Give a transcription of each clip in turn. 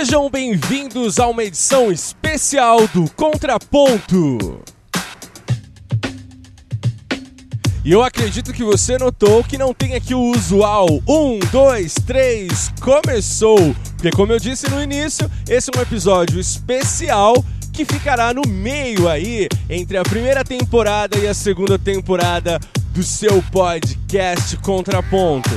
Sejam bem-vindos a uma edição especial do Contraponto. E eu acredito que você notou que não tem aqui o usual 1, 2, 3, começou. Porque como eu disse no início, esse é um episódio especial que ficará no meio aí, entre a primeira temporada e a segunda temporada do seu podcast Contraponto.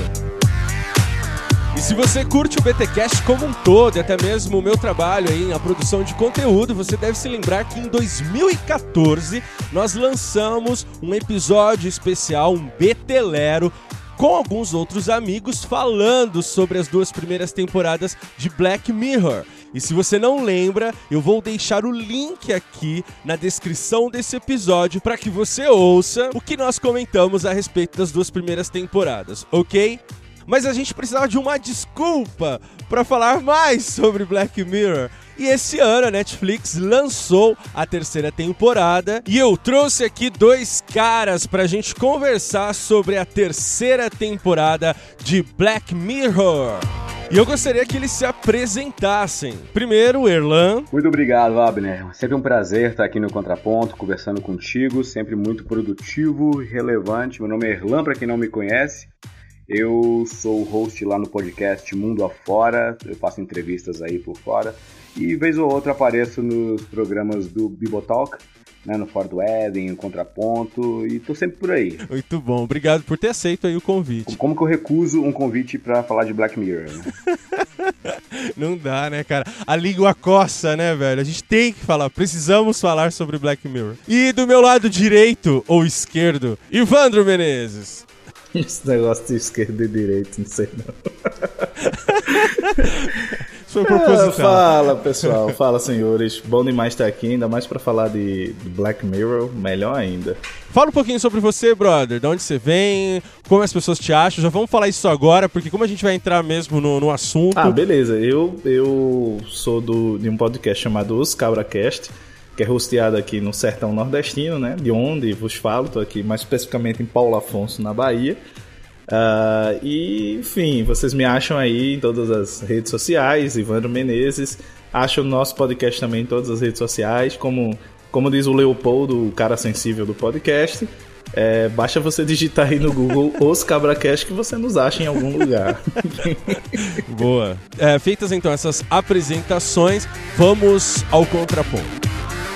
E se você curte o BTcast como um todo, e até mesmo o meu trabalho aí na produção de conteúdo, você deve se lembrar que em 2014 nós lançamos um episódio especial, um betelero, com alguns outros amigos falando sobre as duas primeiras temporadas de Black Mirror. E se você não lembra, eu vou deixar o link aqui na descrição desse episódio para que você ouça o que nós comentamos a respeito das duas primeiras temporadas, ok? Mas a gente precisava de uma desculpa para falar mais sobre Black Mirror. E esse ano a Netflix lançou a terceira temporada e eu trouxe aqui dois caras pra gente conversar sobre a terceira temporada de Black Mirror. E eu gostaria que eles se apresentassem. Primeiro, Erlan. Muito obrigado, Abner. Sempre um prazer estar aqui no Contraponto, conversando contigo. Sempre muito produtivo e relevante. Meu nome é Erlan, para quem não me conhece. Eu sou o host lá no podcast Mundo Afora, eu faço entrevistas aí por fora e vez ou outra apareço nos programas do Bibotalk, né, no Fora do Éden, no Contraponto, e tô sempre por aí. Muito bom, obrigado por ter aceito aí o convite. Como que eu recuso um convite pra falar de Black Mirror, né? Não dá, né, cara? A língua coça, né, velho? A gente tem que falar, precisamos falar sobre Black Mirror. E do meu lado direito ou esquerdo, Ivandro Menezes. Esse negócio de esquerda e direita, não sei não. Foi proposital. Fala, pessoal. Fala, senhores. Bom demais estar aqui, ainda mais pra falar de Black Mirror, melhor ainda. Fala um pouquinho sobre você, brother. De onde você vem, como as pessoas te acham. Já vamos falar isso agora, porque como a gente vai entrar mesmo no assunto... Ah, beleza. Eu sou de um podcast chamado Os CabraCast, que é hosteado aqui no sertão nordestino, né? De onde vos falo, tô aqui mais especificamente em Paulo Afonso, na Bahia. E, enfim, vocês me acham aí em todas as redes sociais, Ivandro Menezes. Acham o nosso podcast também em todas as redes sociais, como diz o Leopoldo, o cara sensível do podcast. Basta você digitar aí no Google Os CabraCast que você nos acha em algum lugar. Boa. Feitas então essas apresentações, vamos ao contraponto.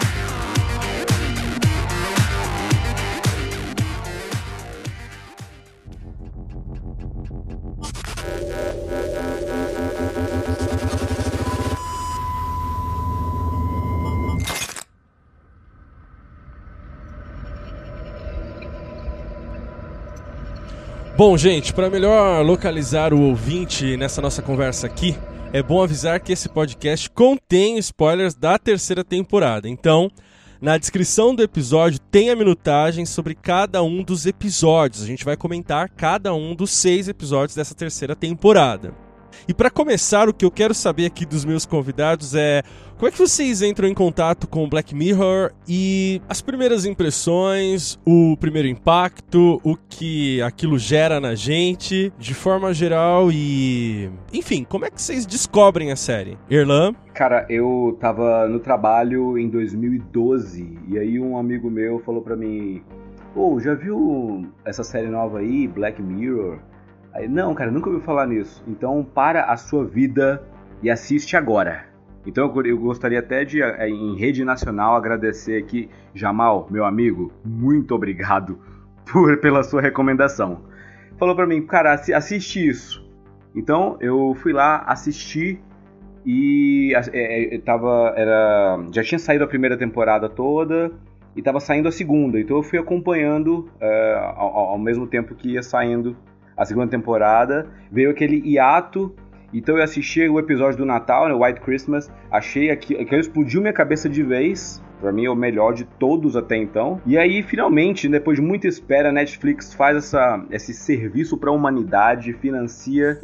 Bom, gente, para melhor localizar o ouvinte nessa nossa conversa aqui, é bom avisar que esse podcast contém spoilers da terceira temporada. Então, na descrição do episódio tem a minutagem sobre cada um dos episódios. A gente vai comentar cada um dos 6 episódios dessa terceira temporada. E para começar, o que eu quero saber aqui dos meus convidados é como é que vocês entram em contato com Black Mirror e as primeiras impressões, o primeiro impacto, o que aquilo gera na gente, de forma geral e... Enfim, como é que vocês descobrem a série? Erlan? Cara, eu tava no trabalho em 2012 e aí um amigo meu falou pra mim: "Pô, já viu essa série nova aí, Black Mirror?" Aí, não, cara, nunca ouvi falar nisso. Então, para a sua vida e assiste agora. Então, eu gostaria até de, em rede nacional, agradecer aqui, Jamal, meu amigo, muito obrigado pela sua recomendação. Falou pra mim, cara, assiste isso. Então, eu fui lá, assisti e já tinha saído a primeira temporada toda e tava saindo a segunda. Então, eu fui acompanhando ao mesmo tempo que ia saindo a segunda temporada. Veio aquele hiato, então eu assisti o episódio do Natal, né, White Christmas, achei aquilo explodiu minha cabeça de vez, pra mim é o melhor de todos até então. E aí, finalmente, depois de muita espera, a Netflix faz esse serviço pra humanidade, financia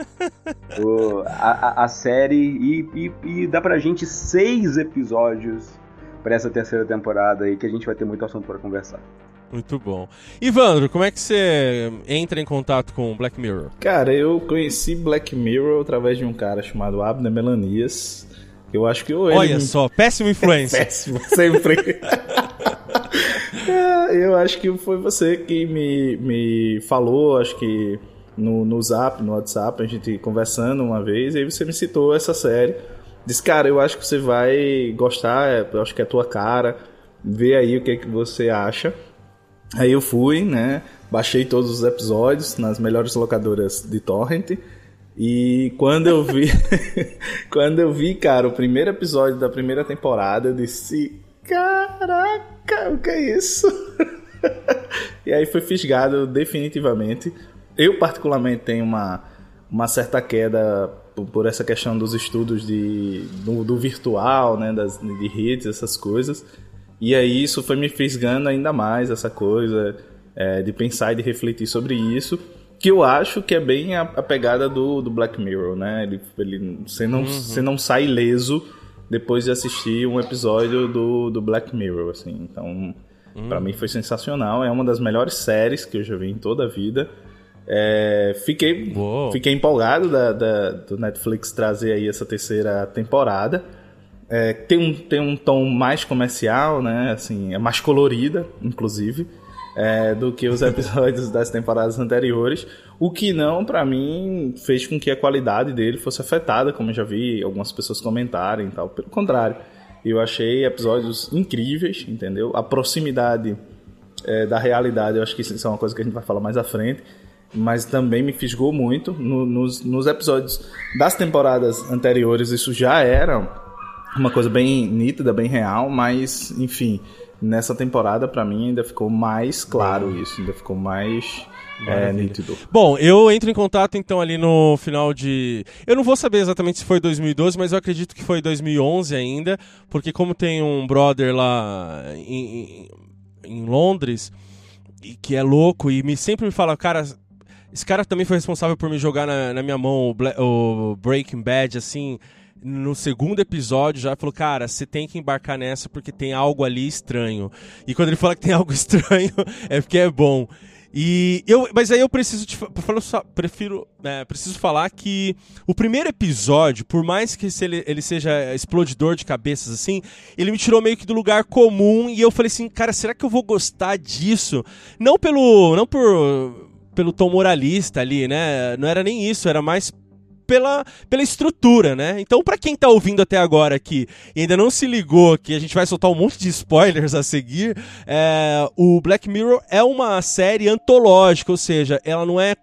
a série e dá pra gente 6 episódios pra essa terceira temporada aí, que a gente vai ter muito assunto pra conversar. Muito bom. Ivandro, como é que você entra em contato com Black Mirror? Cara, eu conheci Black Mirror através de um cara chamado Abner Melanias. Eu acho que Olha só, péssimo influencer. Péssimo, sempre. Eu acho que foi você que me falou, acho que no Zap, no WhatsApp, a gente conversando uma vez, e aí você me citou essa série. Disse, cara, eu acho que você vai gostar, eu acho que é a tua cara, vê aí o que você acha. Aí eu fui, né, baixei todos os episódios nas melhores locadoras de torrent, e quando eu vi, cara, o primeiro episódio da primeira temporada, eu disse, caraca, o que é isso? E aí foi fisgado definitivamente. Eu particularmente tenho uma certa queda por essa questão dos estudos do virtual, né, de redes, essas coisas. E aí isso foi me fisgando ainda mais, essa coisa de pensar e de refletir sobre isso, que eu acho que é bem a pegada do Black Mirror, né? Você não sai ileso depois de assistir um episódio do Black Mirror, assim. Então, pra mim foi sensacional. É uma das melhores séries que eu já vi em toda a vida. Fiquei empolgado do Netflix trazer aí essa terceira temporada. Tem um tom mais comercial, né? Assim, é mais colorida, inclusive, do que os episódios das temporadas anteriores. O que não, pra mim, fez com que a qualidade dele fosse afetada, como eu já vi algumas pessoas comentarem e tal. Pelo contrário, eu achei episódios incríveis, entendeu? A proximidade da realidade, eu acho que isso é uma coisa que a gente vai falar mais à frente, mas também me fisgou muito. Nos episódios das temporadas anteriores, isso já era uma coisa bem nítida, bem real, mas, enfim, nessa temporada, pra mim, ainda ficou mais claro isso, ainda ficou mais nítido. Bom, eu entro em contato, então, ali no final de... Eu não vou saber exatamente se foi 2012, mas eu acredito que foi 2011 ainda, porque como tem um brother lá em Londres, que é louco, e sempre me fala, cara... Esse cara também foi responsável por me jogar na minha mão o Breaking Bad, assim, no segundo episódio já falou, cara, você tem que embarcar nessa porque tem algo ali estranho. E quando ele fala que tem algo estranho, é porque é bom. Mas aí eu preciso preciso falar que o primeiro episódio, por mais que ele seja explodidor de cabeças assim, ele me tirou meio que do lugar comum e eu falei assim, cara, será que eu vou gostar disso? Não pelo tom moralista ali, né? Não era nem isso, era mais pela estrutura, né? Então, pra quem tá ouvindo até agora aqui e ainda não se ligou que a gente vai soltar um monte de spoilers a seguir, o Black Mirror é uma série antológica, ou seja, ela não é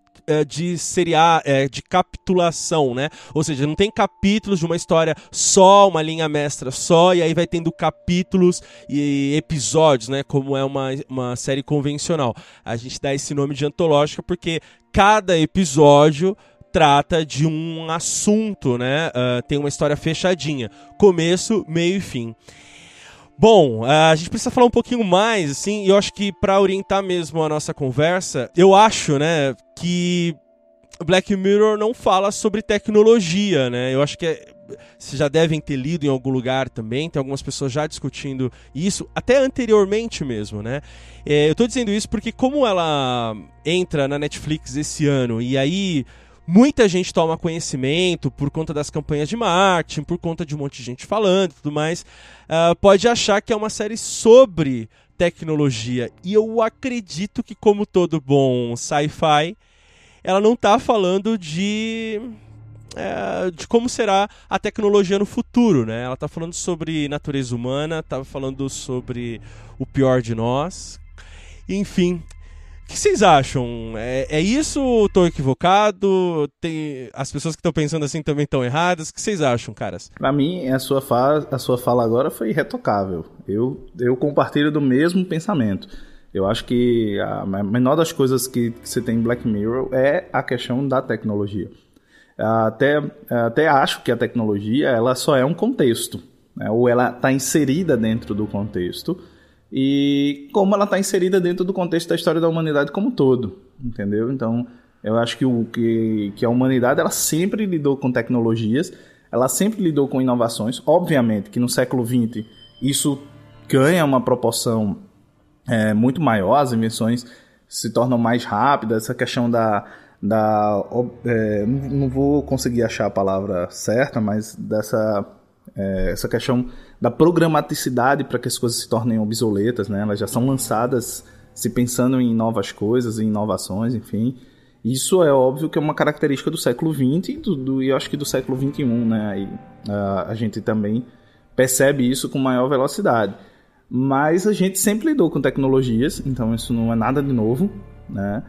de capitulação, né? Ou seja, não tem capítulos de uma história só, uma linha mestra só, e aí vai tendo capítulos e episódios, né? Como é uma série convencional. A gente dá esse nome de antológica porque cada episódio trata de um assunto, né? Tem uma história fechadinha, começo, meio e fim. Bom, a gente precisa falar um pouquinho mais, assim, e eu acho que para orientar mesmo a nossa conversa, eu acho, né, que Black Mirror não fala sobre tecnologia, né? Eu acho que vocês já devem ter lido em algum lugar também, tem algumas pessoas já discutindo isso, até anteriormente mesmo, né? Eu tô dizendo isso porque como ela entra na Netflix esse ano, e aí muita gente toma conhecimento por conta das campanhas de marketing, por conta de um monte de gente falando e tudo mais, pode achar que é uma série sobre tecnologia. E eu acredito que, como todo bom sci-fi, ela não está falando de como será a tecnologia no futuro, né? Ela está falando sobre natureza humana, está falando sobre o pior de nós. Enfim... O que vocês acham? É isso? Estou equivocado? As pessoas que estão pensando assim também estão erradas? O que vocês acham, caras? Pra mim, a sua fala agora foi irretocável. Eu compartilho do mesmo pensamento. Eu acho que a menor das coisas que você tem em Black Mirror é a questão da tecnologia. Até acho que a tecnologia ela só é um contexto, né? Ou ela está inserida dentro do contexto. E como ela está inserida dentro do contexto da história da humanidade como um todo, entendeu? Então, eu acho que a humanidade ela sempre lidou com tecnologias, ela sempre lidou com inovações. Obviamente que no século XX isso ganha uma proporção muito maior, as invenções se tornam mais rápidas, essa questão não vou conseguir achar a palavra certa, mas Essa questão da programaticidade para que as coisas se tornem obsoletas, né? Elas já são lançadas se pensando em novas coisas, em inovações, enfim. Isso é óbvio que é uma característica do século XX e eu acho que do século XXI, né? Aí, a gente também percebe isso com maior velocidade. Mas a gente sempre lidou com tecnologias, então isso não é nada de novo, né?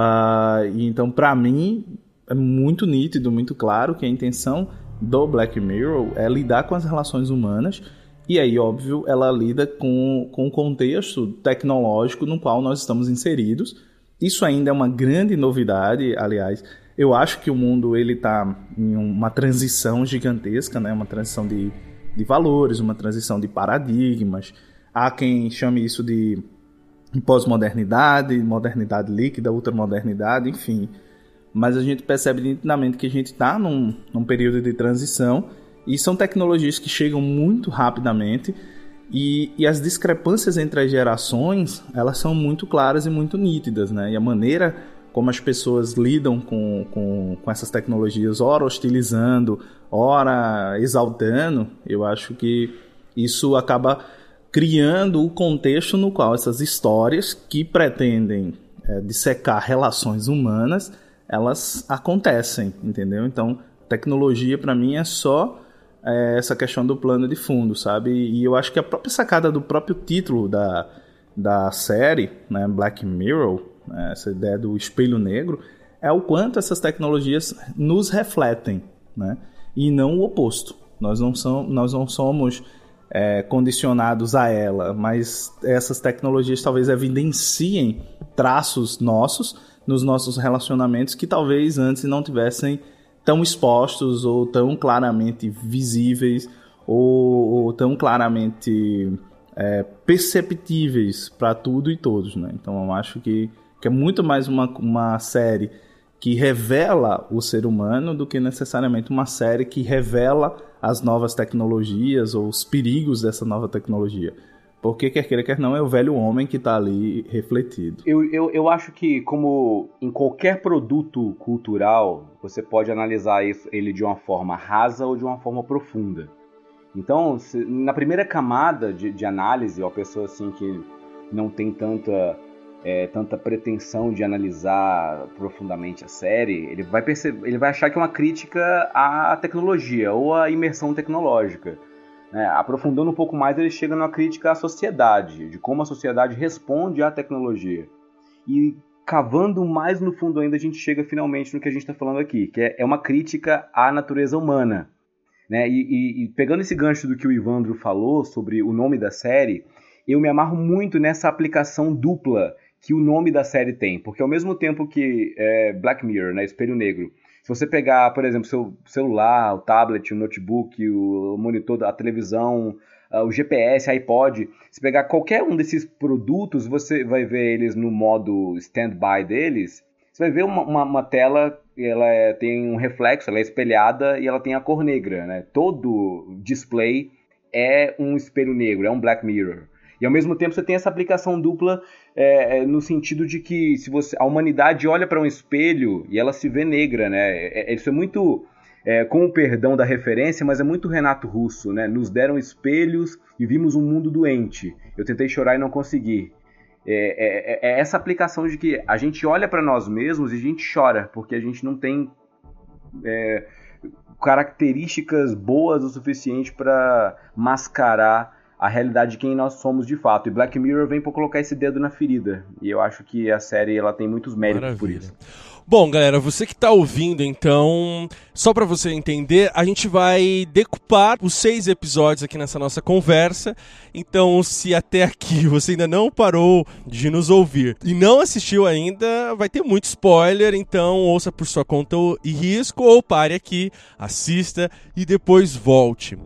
Então, para mim, é muito nítido, muito claro que a intenção do Black Mirror é lidar com as relações humanas, e aí, óbvio, ela lida com o contexto tecnológico no qual nós estamos inseridos. Isso ainda é uma grande novidade, aliás. Eu acho que o mundo está em uma transição gigantesca, né? Uma transição de valores, uma transição de paradigmas. Há quem chame isso de pós-modernidade, modernidade líquida, ultramodernidade, enfim. Mas a gente percebe nitidamente que a gente está num período de transição e são tecnologias que chegam muito rapidamente e as discrepâncias entre as gerações, elas são muito claras e muito nítidas, né? E a maneira como as pessoas lidam com essas tecnologias, ora hostilizando, ora exaltando, eu acho que isso acaba criando o contexto no qual essas histórias que pretendem dissecar relações humanas, elas acontecem, entendeu? Então, tecnologia para mim é só essa questão do plano de fundo, sabe? E eu acho que a própria sacada do próprio título da série, né, Black Mirror, né, essa ideia do espelho negro, é o quanto essas tecnologias nos refletem, né? E não o oposto. Nós não somos condicionados a ela, mas essas tecnologias talvez evidenciem traços nossos nos nossos relacionamentos que talvez antes não tivessem tão expostos ou tão claramente visíveis ou tão claramente perceptíveis para tudo e todos, né? Então eu acho que é muito mais uma série que revela o ser humano do que necessariamente uma série que revela as novas tecnologias ou os perigos dessa nova tecnologia. Porque, quer queira, quer não, é o velho homem que está ali refletido. Eu acho que, como em qualquer produto cultural, você pode analisar ele de uma forma rasa ou de uma forma profunda. Então, na primeira camada de análise, uma pessoa assim que não tem tanta pretensão de analisar profundamente a série, ele vai achar que é uma crítica à tecnologia ou à imersão tecnológica. Aprofundando um pouco mais, ele chega numa crítica à sociedade, de como a sociedade responde à tecnologia. E cavando mais no fundo ainda, a gente chega finalmente no que a gente está falando aqui, que é uma crítica à natureza humana. Né? E pegando esse gancho do que o Ivandro falou sobre o nome da série, eu me amarro muito nessa aplicação dupla que o nome da série tem, porque ao mesmo tempo que Black Mirror, né, Espelho Negro, se você pegar, por exemplo, seu celular, o tablet, o notebook, o monitor, a televisão, o GPS, iPod, se pegar qualquer um desses produtos, você vai ver eles no modo stand-by deles, você vai ver uma tela, ela tem um reflexo, ela é espelhada e ela tem a cor negra, né? Todo display é um espelho negro, é um Black Mirror. E ao mesmo tempo você tem essa aplicação dupla no sentido de que a humanidade olha para um espelho e ela se vê negra, né? Isso é muito, com o perdão da referência, mas é muito Renato Russo, né? Nos deram espelhos e vimos um mundo doente. Eu tentei chorar e não consegui. É essa aplicação de que a gente olha para nós mesmos e a gente chora, porque a gente não tem características boas o suficiente para mascarar a realidade de quem nós somos de fato. E Black Mirror vem para colocar esse dedo na ferida. E eu acho que a série ela tem muitos méritos. Maravilha. Por isso. Bom, galera, você que está ouvindo, então, só para você entender, a gente vai decupar os 6 episódios aqui nessa nossa conversa. Então, se até aqui você ainda não parou de nos ouvir e não assistiu ainda, vai ter muito spoiler. Então, ouça por sua conta e risco, ou pare aqui, assista e depois volte.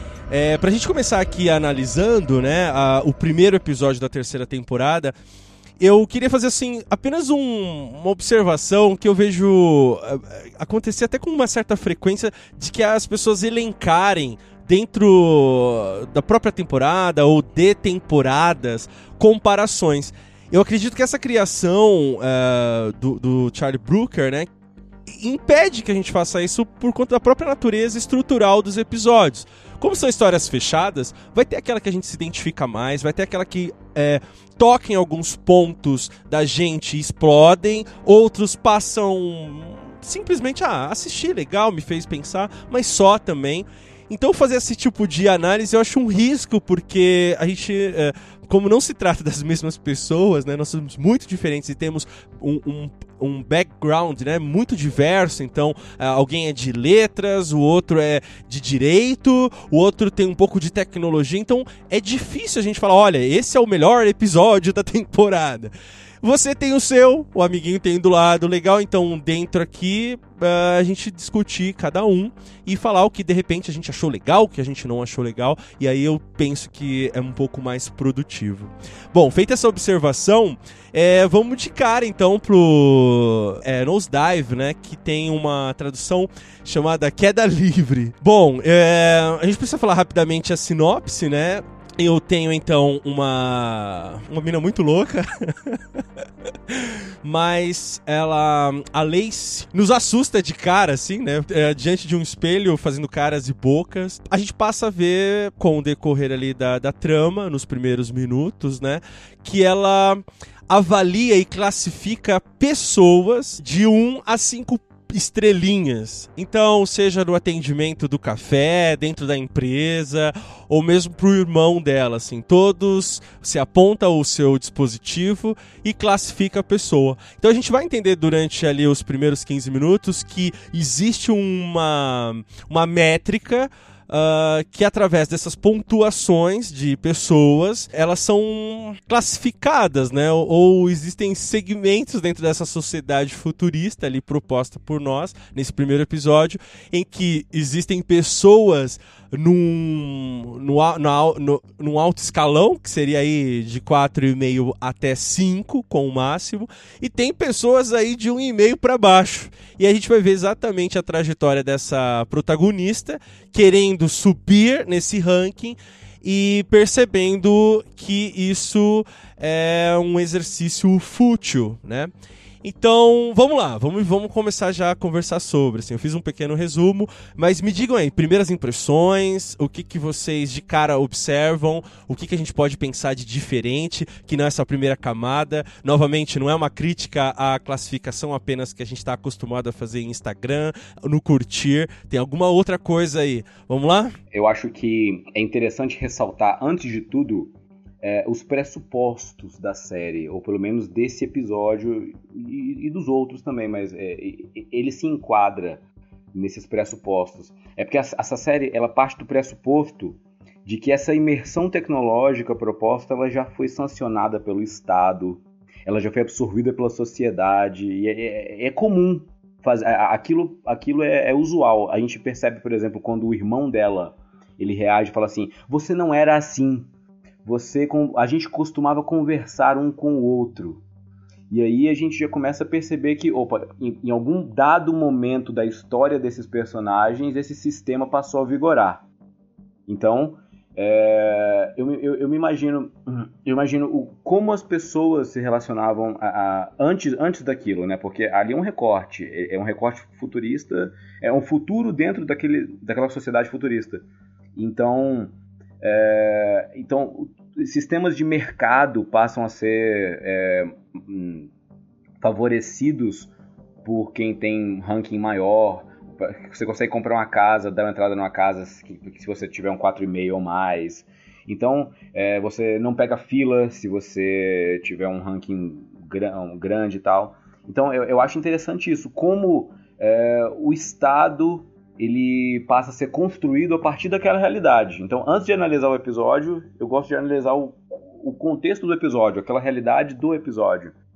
Pra gente começar aqui analisando, né, o primeiro episódio da terceira temporada, Eu queria fazer, assim, apenas uma observação que eu vejo acontecer até com uma certa frequência, de que as pessoas elencarem dentro da própria temporada ou de temporadas comparações. Eu acredito que essa criação do Charlie Brooker, né, impede que a gente faça isso por conta da própria natureza estrutural dos episódios. Como são histórias fechadas, vai ter aquela que a gente se identifica mais, vai ter aquela que toca em alguns pontos da gente e explodem, outros passam simplesmente, assisti, legal, me fez pensar, mas só também. Então fazer esse tipo de análise eu acho um risco, porque a gente, como não se trata das mesmas pessoas, né, nós somos muito diferentes e temos um background, né, muito diverso. Então alguém é de letras, o outro é de direito, o outro tem um pouco de tecnologia, então é difícil a gente falar, olha, esse é o melhor episódio da temporada. Você tem o seu, o amiguinho tem do lado, legal, então dentro aqui a gente discutir cada um e falar o que de repente a gente achou legal, o que a gente não achou legal, e aí eu penso que é um pouco mais produtivo. Bom, feita essa observação, vamos de cara então pro Nosedive, né, que tem uma tradução chamada Queda Livre. Bom, a gente precisa falar rapidamente a sinopse, né? Eu tenho, então, uma mina muito louca, mas a Lacey nos assusta de cara, assim, né, diante de um espelho, fazendo caras e bocas. A gente passa a ver, com o decorrer ali da trama, nos primeiros minutos, né, que ela avalia e classifica pessoas de 1 a 5 estrelinhas. Então, seja no atendimento do café, dentro da empresa, ou mesmo pro irmão dela, assim, todos se aponta o seu dispositivo e classifica a pessoa. Então a gente vai entender durante ali os primeiros 15 minutos que existe uma métrica que através dessas pontuações de pessoas, elas são classificadas, né? Ou existem segmentos dentro dessa sociedade futurista ali proposta por nós, nesse primeiro episódio, em que existem pessoas num alto escalão, que seria aí de 4,5 até 5, com o máximo, e tem pessoas aí de 1,5 para baixo. E a gente vai ver exatamente a trajetória dessa protagonista, querendo subir nesse ranking e percebendo que isso é um exercício fútil, né? Então, vamos lá, vamos começar já a conversar sobre, assim, eu fiz um pequeno resumo, mas me digam aí, primeiras impressões, o que vocês de cara observam, o que a gente pode pensar de diferente, que não é essa primeira camada. Novamente, não é uma crítica à classificação apenas que a gente está acostumado a fazer em Instagram, no curtir, tem alguma outra coisa aí, vamos lá? Eu acho que é interessante ressaltar, antes de tudo, os pressupostos da série, ou pelo menos desse episódio e dos outros também, mas ele se enquadra nesses pressupostos. É porque essa série, ela parte do pressuposto de que essa imersão tecnológica proposta, ela já foi sancionada pelo Estado, ela já foi absorvida pela sociedade, e é comum fazer, aquilo é usual. A gente percebe, por exemplo, quando o irmão dela, ele reage e fala assim, você não era assim. A gente costumava conversar um com o outro. E aí a gente já começa a perceber que, em algum dado momento da história desses personagens, esse sistema passou a vigorar. Então, eu imagino como as pessoas se relacionavam antes daquilo, né? Porque ali é um recorte futurista, é um futuro dentro daquela sociedade futurista. Então, sistemas de mercado passam a ser favorecidos por quem tem ranking maior. Você consegue comprar uma casa, dar uma entrada numa casa que se você tiver um 4,5 ou mais. Então, você não pega fila se você tiver um ranking grande e tal. Então, eu acho interessante isso, como o Estado ele passa a ser construído a partir daquela realidade. Então, antes de analisar o episódio, eu gosto de analisar o contexto do episódio, aquela realidade do episódio.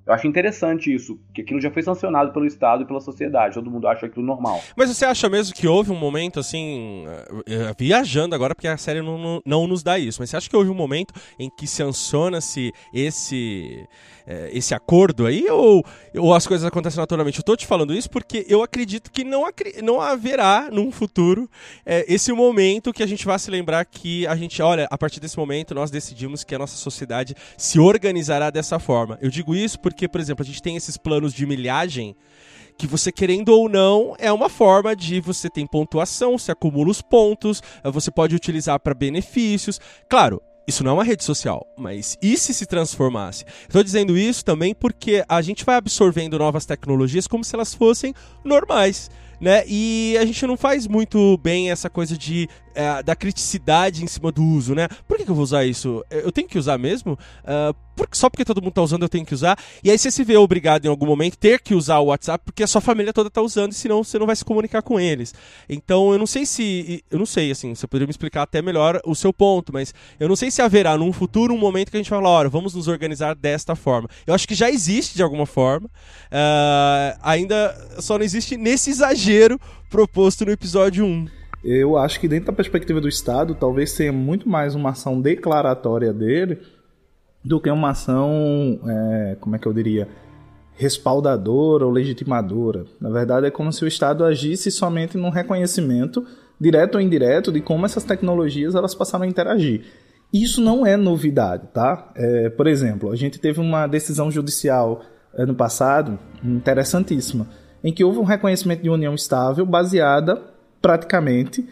Eu acho interessante isso, que aquilo já foi sancionado pelo Estado e pela sociedade, todo mundo acha aquilo normal. Mas você acha mesmo que houve um momento, assim, viajando agora, porque a série não nos dá isso, mas você acha que houve um momento em que sanciona-se esse acordo aí, ou as coisas acontecem naturalmente? Eu tô te falando isso porque eu acredito que não haverá, num futuro, esse momento que a gente vai se lembrar que a gente, olha, a partir desse momento nós decidimos que a nossa sociedade se organizará dessa forma. Eu digo isso porque, por exemplo, a gente tem esses planos de milhagem que você, querendo ou não, é uma forma de você ter pontuação, você acumula os pontos, você pode utilizar para benefícios. Claro, isso não é uma rede social, mas e se transformasse? Estou dizendo isso também porque a gente vai absorvendo novas tecnologias como se elas fossem normais, né? E a gente não faz muito bem essa coisa da criticidade em cima do uso, né? Por que eu vou usar isso? Eu tenho que usar mesmo? Só porque todo mundo tá usando eu tenho que usar? E aí você se vê obrigado em algum momento ter que usar o WhatsApp porque a sua família toda tá usando, e senão você não vai se comunicar com eles. Então eu não sei assim, você poderia me explicar até melhor o seu ponto, mas eu não sei se haverá num futuro um momento que a gente vai falar, olha, vamos nos organizar desta forma. Eu acho que já existe de alguma forma, ainda só não existe nesse exagero proposto no episódio 1. Eu acho que dentro da perspectiva do Estado, talvez seja muito mais uma ação declaratória dele do que uma ação, como é que eu diria, respaldadora ou legitimadora. Na verdade, é como se o Estado agisse somente num reconhecimento, direto ou indireto, de como essas tecnologias elas passaram a interagir. Isso não é novidade, tá? Por exemplo, a gente teve uma decisão judicial ano passado, interessantíssima, em que houve um reconhecimento de união estável baseada praticamente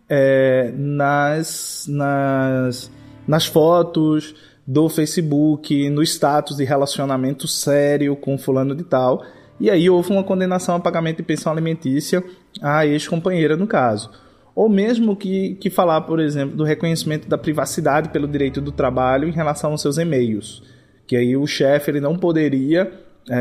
nas fotos do Facebook, no status de relacionamento sério com fulano de tal, e aí houve uma condenação a pagamento de pensão alimentícia à ex-companheira no caso. Ou mesmo que falar, por exemplo, do reconhecimento da privacidade pelo direito do trabalho em relação aos seus e-mails, que aí o chefe ele não poderia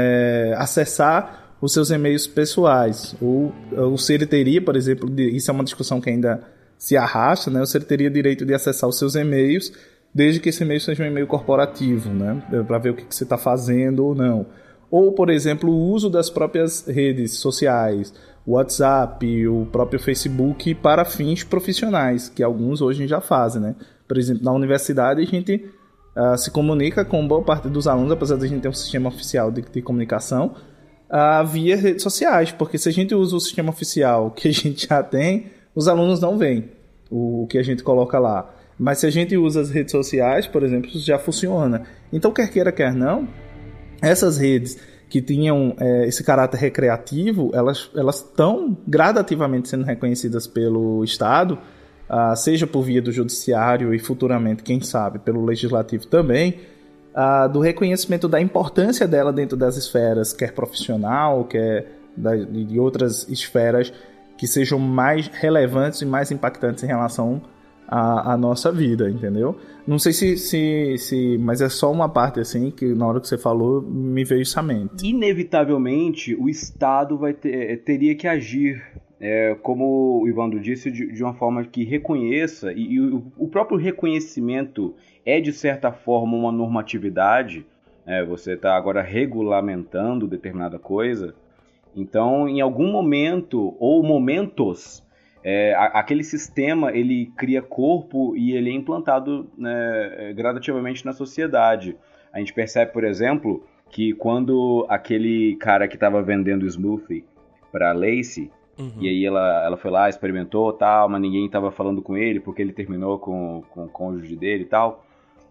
acessar os seus e-mails pessoais, ou se ele teria, por exemplo, isso é uma discussão que ainda se arrasta, né? Ou se ele teria direito de acessar os seus e-mails, desde que esse e-mail seja um e-mail corporativo, né? Para ver o que você está fazendo ou não. Ou, por exemplo, o uso das próprias redes sociais, o WhatsApp, o próprio Facebook, para fins profissionais, que alguns hoje já fazem, né? Por exemplo, na universidade a gente se comunica com boa parte dos alunos, apesar de a gente ter um sistema oficial de comunicação, via redes sociais, porque se a gente usa o sistema oficial que a gente já tem, os alunos não veem o que a gente coloca lá. Mas se a gente usa as redes sociais, por exemplo, isso já funciona. Então, quer queira, quer não, essas redes que tinham esse caráter recreativo, elas estão gradativamente sendo reconhecidas pelo Estado, seja por via do judiciário e futuramente, quem sabe, pelo legislativo também, do reconhecimento da importância dela dentro das esferas, quer profissional, quer de outras esferas que sejam mais relevantes e mais impactantes em relação à nossa vida, entendeu? Não sei mas é só uma parte assim que na hora que você falou me veio isso à mente. Inevitavelmente o Estado teria que agir, como o Ivandro disse, de uma forma que reconheça, e o próprio reconhecimento é de certa forma uma normatividade, você está agora regulamentando determinada coisa, então em algum momento ou momentos aquele sistema ele cria corpo e ele é implantado, né, gradativamente na sociedade. A gente percebe, por exemplo, que quando aquele cara que estava vendendo smoothie para Lacey, e aí ela foi lá, experimentou tal, mas ninguém estava falando com ele porque ele terminou com o cônjuge dele e tal,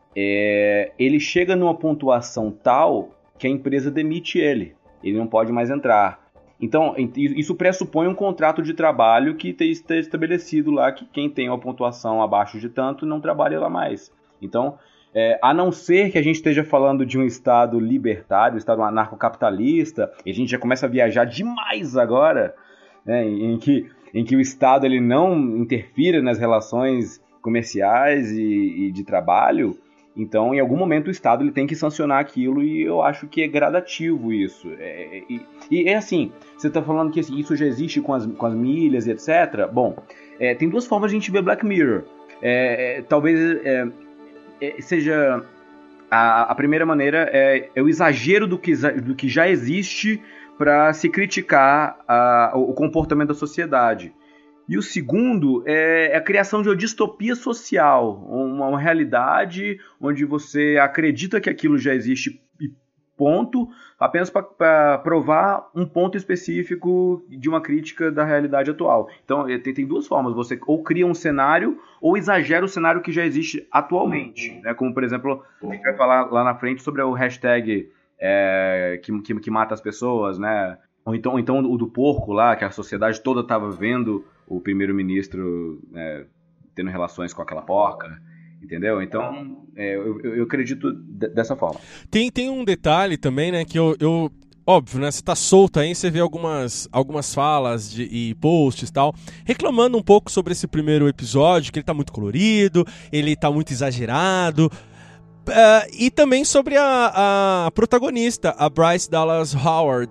ele chega numa pontuação tal que a empresa demite ele não pode mais entrar. Então, isso pressupõe um contrato de trabalho que está estabelecido lá, que quem tem uma pontuação abaixo de tanto não trabalha lá mais. Então, a não ser que a gente esteja falando de um Estado libertário, um Estado anarcocapitalista, e a gente já começa a viajar demais agora, né, em que o Estado ele não interfira nas relações comerciais e de trabalho, então em algum momento o Estado ele tem que sancionar aquilo, e eu acho que é gradativo isso. E é assim, você está falando que assim, isso já existe com as milhas e etc. Bom, tem duas formas de a gente ver Black Mirror. Talvez seja A primeira maneira é o exagero do que já existe para se criticar o comportamento da sociedade. E o segundo é a criação de uma distopia social, uma realidade onde você acredita que aquilo já existe e ponto, apenas para provar um ponto específico de uma crítica da realidade atual. Então tem duas formas, você ou cria um cenário ou exagera o cenário que já existe atualmente, né? Como por exemplo, a gente vai falar lá na frente sobre o hashtag que mata as pessoas, né? Ou então o do porco lá, que a sociedade toda estava vendo o primeiro-ministro tendo relações com aquela porca, entendeu? Então, eu acredito dessa forma. Tem um detalhe também, né, que eu óbvio, né, você tá solto aí, você vê algumas falas e posts e tal, reclamando um pouco sobre esse primeiro episódio, que ele tá muito colorido, ele tá muito exagerado, e também sobre a protagonista, a Bryce Dallas Howard.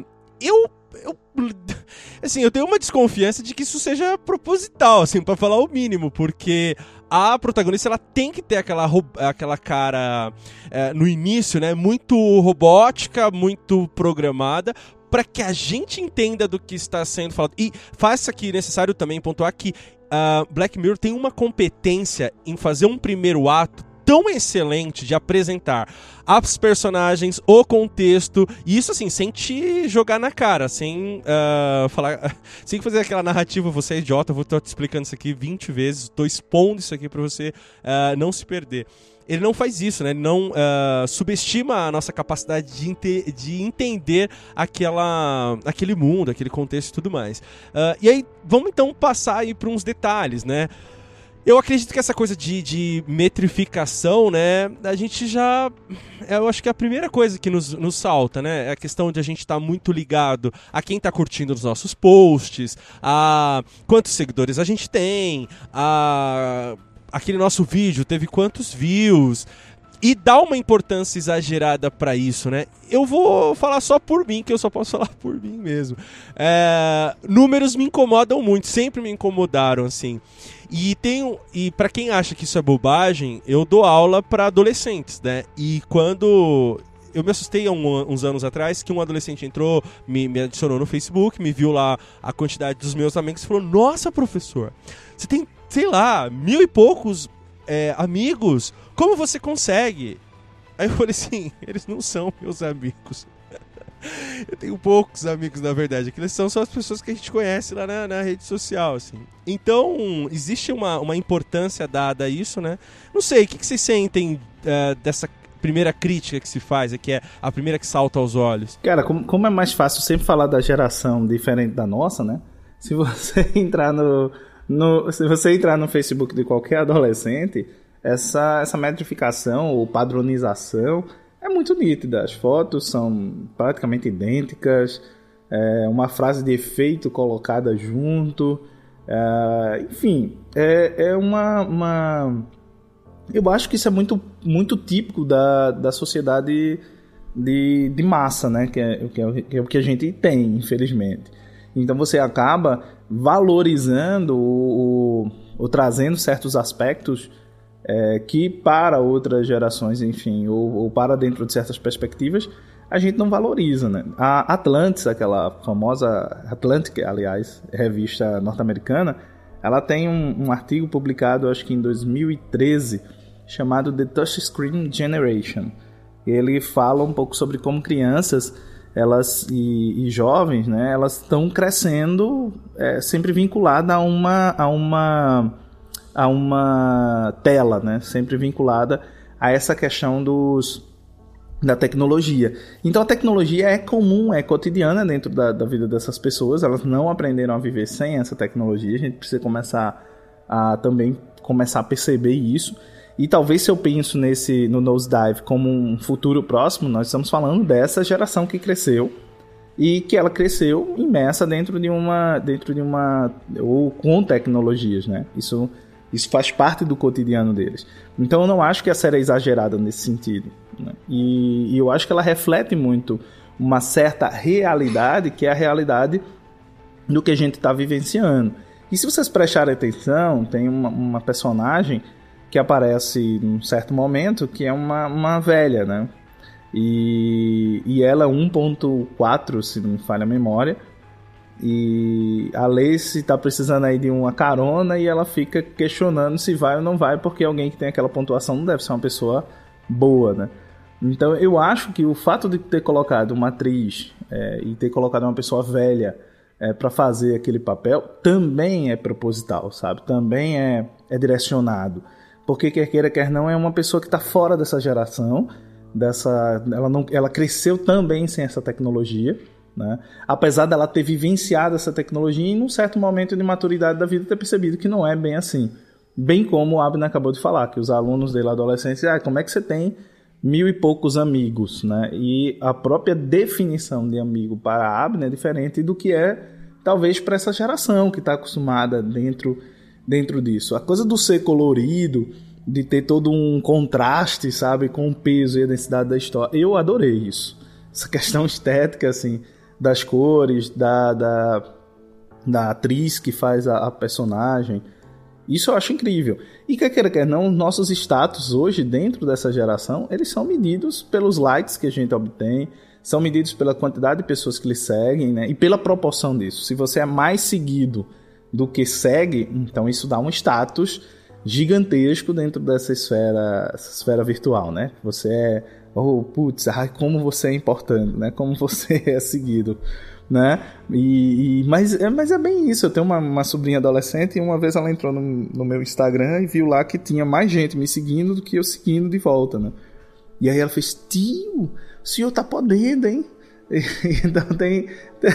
Eu tenho uma desconfiança de que isso seja proposital, assim, pra falar o mínimo, porque a protagonista, ela tem que ter aquela cara no início, né, muito robótica, muito programada, para que a gente entenda do que está sendo falado. E faça aqui necessário também pontuar que Black Mirror tem uma competência em fazer um primeiro ato tão excelente de apresentar as personagens, o contexto, e isso assim, sem te jogar na cara, sem falar, sem fazer aquela narrativa, você é idiota, eu vou estar te explicando isso aqui 20 vezes, estou expondo isso aqui para você não se perder. Ele não faz isso, né? Ele não subestima a nossa capacidade de entender aquele mundo, aquele contexto e tudo mais. E aí, vamos então passar aí para uns detalhes, né? Eu acredito que essa coisa de metrificação, né, a gente já... Eu acho que é a primeira coisa que nos salta, né, é a questão de a gente estar muito ligado a quem está curtindo os nossos posts, a quantos seguidores a gente tem, aquele nosso vídeo teve quantos views, e dá uma importância exagerada pra isso, né? Eu vou falar só por mim, que eu só posso falar por mim mesmo. Números me incomodam muito, sempre me incomodaram, assim. E pra quem acha que isso é bobagem, eu dou aula pra adolescentes, né? E quando... Eu me assustei há uns anos atrás que um adolescente entrou, me adicionou no Facebook, me viu lá a quantidade dos meus amigos e falou: nossa, professor, você tem, sei lá, 1000 e poucos amigos, como você consegue? Aí eu falei assim, eles não são meus amigos. Eu tenho poucos amigos, na verdade. Aqueles são só as pessoas que a gente conhece lá na rede social, assim. Então, existe uma importância dada a isso, né? Não sei, o que vocês sentem dessa primeira crítica que se faz, que é a primeira que salta aos olhos? Cara, como é mais fácil sempre falar da geração diferente da nossa, né? Se você entrar no Facebook de qualquer adolescente, essa metrificação ou padronização é muito nítida. As fotos são praticamente idênticas, uma frase de efeito colocada junto, enfim, eu acho que isso é muito, muito típico da sociedade de massa, né? Que é o que a gente tem, infelizmente. Então você acaba valorizando ou trazendo certos aspectos que para outras gerações, enfim, ou para dentro de certas perspectivas, a gente não valoriza, né? A Atlantis, aquela famosa Atlantic, aliás, revista norte-americana, ela tem um artigo publicado, acho que em 2013, chamado The Touchscreen Generation. Ele fala um pouco sobre como crianças e jovens, né, elas estão crescendo sempre vinculada a uma tela, né, sempre vinculada a essa questão da tecnologia. Então a tecnologia é comum, é cotidiana dentro da vida dessas pessoas, elas não aprenderam a viver sem essa tecnologia, a gente precisa começar a perceber isso. E talvez se eu penso no Nosedive como um futuro próximo, nós estamos falando dessa geração que cresceu e que ela cresceu imersa dentro de uma ou com tecnologias, né? Isso faz parte do cotidiano deles. Então eu não acho que a série é exagerada nesse sentido, né? E eu acho que ela reflete muito uma certa realidade, que é a realidade do que a gente está vivenciando. E se vocês prestarem atenção, tem uma personagem que aparece num certo momento, que é uma velha, né? E ela é 1.4, se não me falha a memória. E a Lacey tá precisando aí de uma carona e ela fica questionando se vai ou não vai, porque alguém que tem aquela pontuação não deve ser uma pessoa boa, né? Então eu acho que o fato de ter colocado uma atriz e ter colocado uma pessoa velha para fazer aquele papel também é proposital, sabe? Também é direcionado. Porque quer queira, quer não, é uma pessoa que está fora dessa geração, ela cresceu também sem essa tecnologia, né? Apesar dela ter vivenciado essa tecnologia e em um certo momento de maturidade da vida ter percebido que não é bem assim. Bem como o Abner acabou de falar, que os alunos dele adolescentes, como é que você tem 1000 e poucos amigos, né? E a própria definição de amigo para a Abner é diferente do que é talvez para essa geração que está acostumada dentro disso. A coisa do ser colorido, de ter todo um contraste, sabe, com o peso e a densidade da história, eu adorei isso. Essa questão estética, assim, das cores, da atriz que faz a personagem, isso eu acho incrível. E quer queira, quer não, nossos status hoje dentro dessa geração, eles são medidos pelos likes que a gente obtém, são medidos pela quantidade de pessoas que lhe seguem, né? E pela proporção disso. Se você é mais seguido do que segue, então isso dá um status gigantesco dentro dessa esfera virtual, né? Você é, como você é importante, né? Como você é seguido, né? Mas é bem isso. Eu tenho uma sobrinha adolescente e uma vez ela entrou no meu Instagram e viu lá que tinha mais gente me seguindo do que eu seguindo de volta, né? E aí ela fez: tio, o senhor tá podendo, hein? Então tem...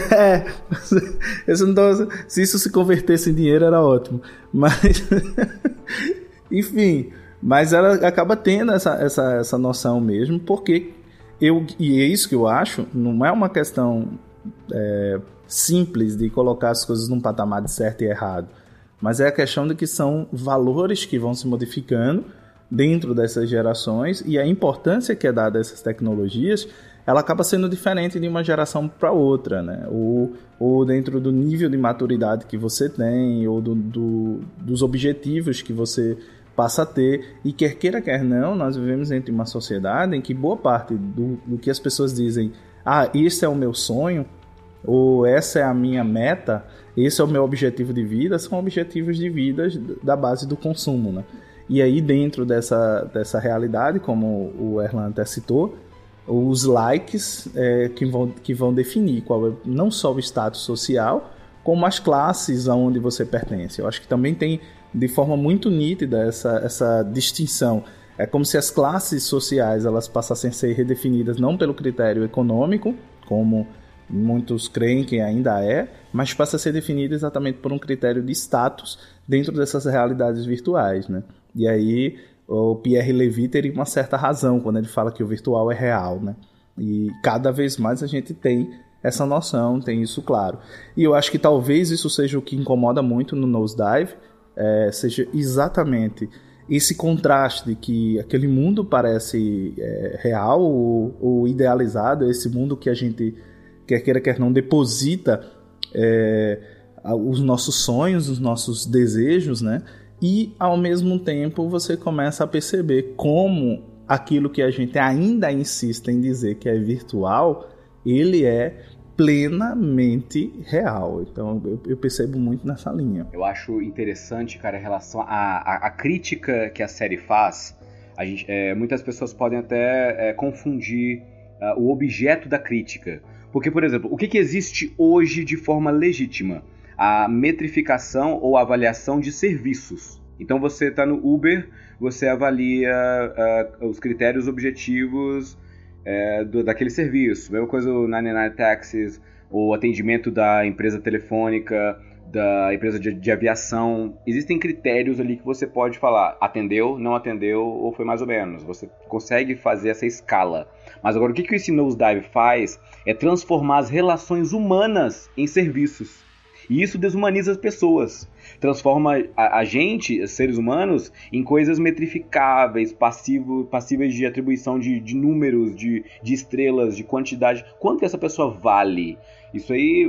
se isso se convertesse em dinheiro era ótimo. Mas... enfim... Mas ela acaba tendo essa noção mesmo, porque e é isso que eu acho, não é uma questão simples de colocar as coisas num patamar de certo e errado, mas é a questão de que são valores que vão se modificando dentro dessas gerações, e a importância que é dada a essas tecnologias, ela acaba sendo diferente de uma geração para outra, né? Ou dentro do nível de maturidade que você tem, ou dos objetivos que você passa a ter. E quer queira, quer não, nós vivemos dentro de uma sociedade em que boa parte do que as pessoas dizem, esse é o meu sonho, ou essa é a minha meta, esse é o meu objetivo de vida, são objetivos de vida da base do consumo, né? E aí dentro dessa realidade, como o Erlan até citou, os likes que vão definir qual é não só o status social, como as classes aonde você pertence. Eu acho que também tem de forma muito nítida essa distinção. É como se as classes sociais elas passassem a ser redefinidas não pelo critério econômico, como muitos creem que ainda mas passa a ser definida exatamente por um critério de status dentro dessas realidades virtuais, né? E aí o Pierre Levy teria uma certa razão quando ele fala que o virtual é real, né? E cada vez mais a gente tem essa noção, tem isso claro. E eu acho que talvez isso seja o que incomoda muito no Nosedive, seja exatamente esse contraste de que aquele mundo parece real ou idealizado, esse mundo que a gente, quer queira, quer não, deposita os nossos sonhos, os nossos desejos, né? E, ao mesmo tempo, você começa a perceber como aquilo que a gente ainda insiste em dizer que é virtual, ele é plenamente real. Então, eu percebo muito nessa linha. Eu acho interessante, cara, em relação à crítica que a série faz. Muitas pessoas podem até confundir o objeto da crítica. Porque, por exemplo, o que existe hoje de forma legítima? A metrificação ou avaliação de serviços. Então você está no Uber, você avalia os critérios objetivos daquele serviço. Mesma coisa o 99 Taxis, o atendimento da empresa telefônica, da empresa de aviação. Existem critérios ali que você pode falar, atendeu, não atendeu ou foi mais ou menos. Você consegue fazer essa escala. Mas agora o que esse Nosedive faz é transformar as relações humanas em serviços. E isso desumaniza as pessoas. Transforma a gente, seres humanos, em coisas metrificáveis, passíveis de atribuição de números, de estrelas, de quantidade. Quanto que essa pessoa vale? Isso aí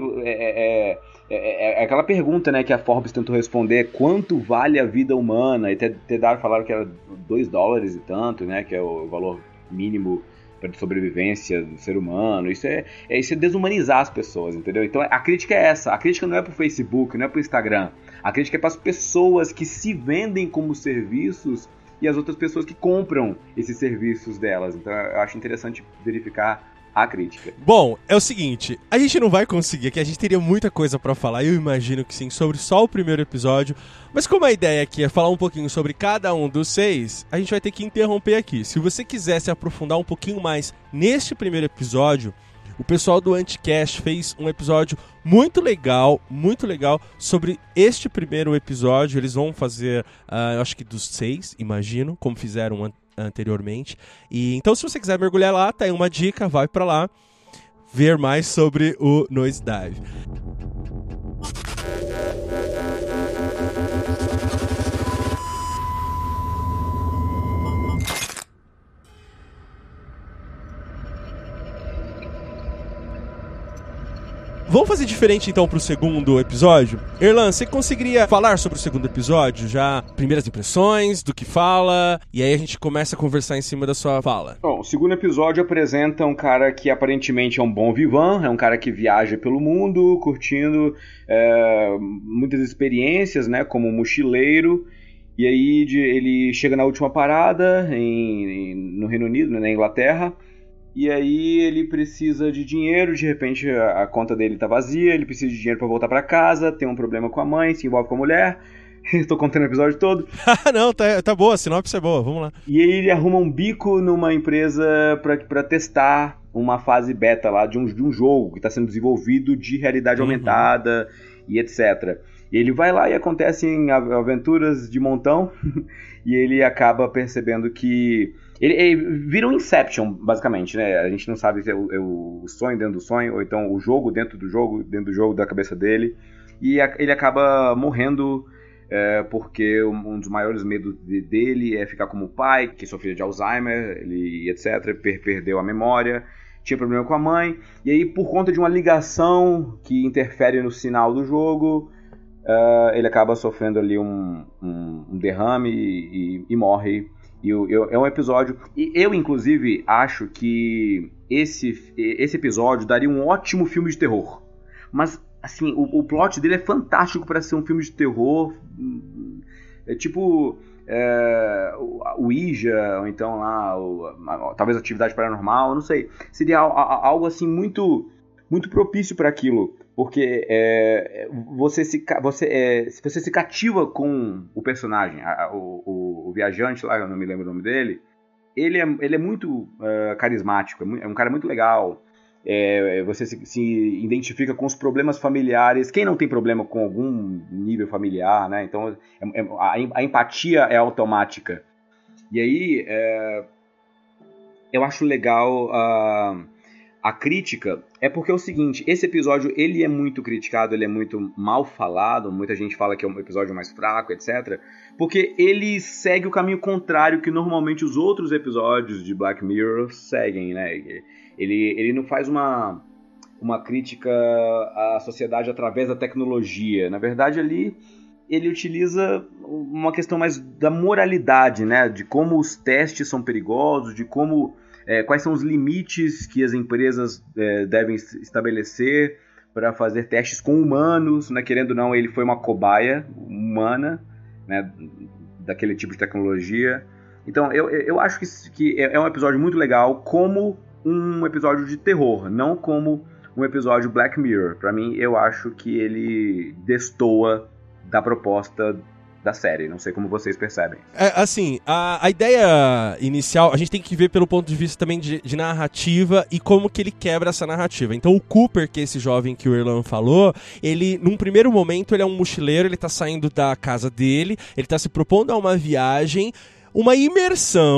é aquela pergunta, né, que a Forbes tentou responder: quanto vale a vida humana? E falaram que era $2 e tanto, né, que é o valor mínimo de sobrevivência do ser humano. Isso é desumanizar as pessoas, entendeu? Então a crítica é essa. A crítica não é pro Facebook, não é pro Instagram. A crítica é para as pessoas que se vendem como serviços e as outras pessoas que compram esses serviços delas. Então eu acho interessante verificar a crítica. Bom, é o seguinte, a gente não vai conseguir aqui, a gente teria muita coisa pra falar, eu imagino que sim, sobre só o primeiro episódio, mas como a ideia aqui é falar um pouquinho sobre cada um dos 6, a gente vai ter que interromper aqui. Se você quiser se aprofundar um pouquinho mais neste primeiro episódio, o pessoal do Anticast fez um episódio muito legal sobre este primeiro episódio. Eles vão fazer, eu acho que dos 6, imagino, como fizeram anteriormente. E então, se você quiser mergulhar lá, tá aí uma dica, vai pra lá ver mais sobre o Nosedive. Vamos fazer diferente então pro segundo episódio? Erlan, você conseguiria falar sobre o segundo episódio? Já primeiras impressões, do que fala, e aí a gente começa a conversar em cima da sua fala. Bom, o segundo episódio apresenta um cara que aparentemente é um bom vivan, é um cara que viaja pelo mundo, curtindo muitas experiências, né, como mochileiro, e aí ele chega na última parada no Reino Unido, né, na Inglaterra. E aí ele precisa de dinheiro, de repente a conta dele tá vazia, ele precisa de dinheiro pra voltar pra casa, tem um problema com a mãe, se envolve com a mulher. Estou contando o episódio todo. Não, tá boa, a sinopse é boa, vamos lá. E aí ele arruma um bico numa empresa pra testar uma fase beta lá de um jogo que está sendo desenvolvido de realidade aumentada e etc. E ele vai lá e acontecem aventuras de montão e ele acaba percebendo que... Ele vira um Inception, basicamente, né? A gente não sabe se é o sonho dentro do sonho, ou então o jogo dentro do jogo da cabeça dele. E ele acaba morrendo porque um dos maiores medos dele é ficar como o pai, que sofria de Alzheimer, ele, etc., perdeu a memória, tinha problema com a mãe. E aí, por conta de uma ligação que interfere no sinal do jogo, ele acaba sofrendo ali um derrame e morre. É um episódio... E eu, inclusive, acho que esse episódio daria um ótimo filme de terror. Mas, assim, o plot dele é fantástico para ser um filme de terror. É tipo... o Ouija, ou então lá... talvez Atividade Paranormal, não sei. Seria algo, assim, muito, muito propício para aquilo. Porque você se cativa com o personagem, o viajante lá, eu não me lembro o nome dele, ele é muito carismático, é um cara muito legal, você se identifica com os problemas familiares, quem não tem problema com algum nível familiar, né? Então a empatia é automática. E aí eu acho legal a crítica, porque é o seguinte, esse episódio ele é muito criticado, ele é muito mal falado, muita gente fala que é um episódio mais fraco, etc. Porque ele segue o caminho contrário que normalmente os outros episódios de Black Mirror seguem, né? Ele não faz uma crítica à sociedade através da tecnologia. Na verdade, ali ele utiliza uma questão mais da moralidade, né? De como os testes são perigosos, de como... quais são os limites que as empresas devem estabelecer para fazer testes com humanos, né? Querendo ou não, ele foi uma cobaia humana, né? Daquele tipo de tecnologia. Então, eu acho que é um episódio muito legal como um episódio de terror, não como um episódio Black Mirror. Para mim, eu acho que ele destoa da proposta da série, não sei como vocês percebem. Assim, a ideia inicial, a gente tem que ver pelo ponto de vista também de narrativa e como que ele quebra essa narrativa. Então o Cooper, que é esse jovem que o Erlan falou, ele, num primeiro momento, ele é um mochileiro, ele tá saindo da casa dele, ele tá se propondo a uma viagem, uma imersão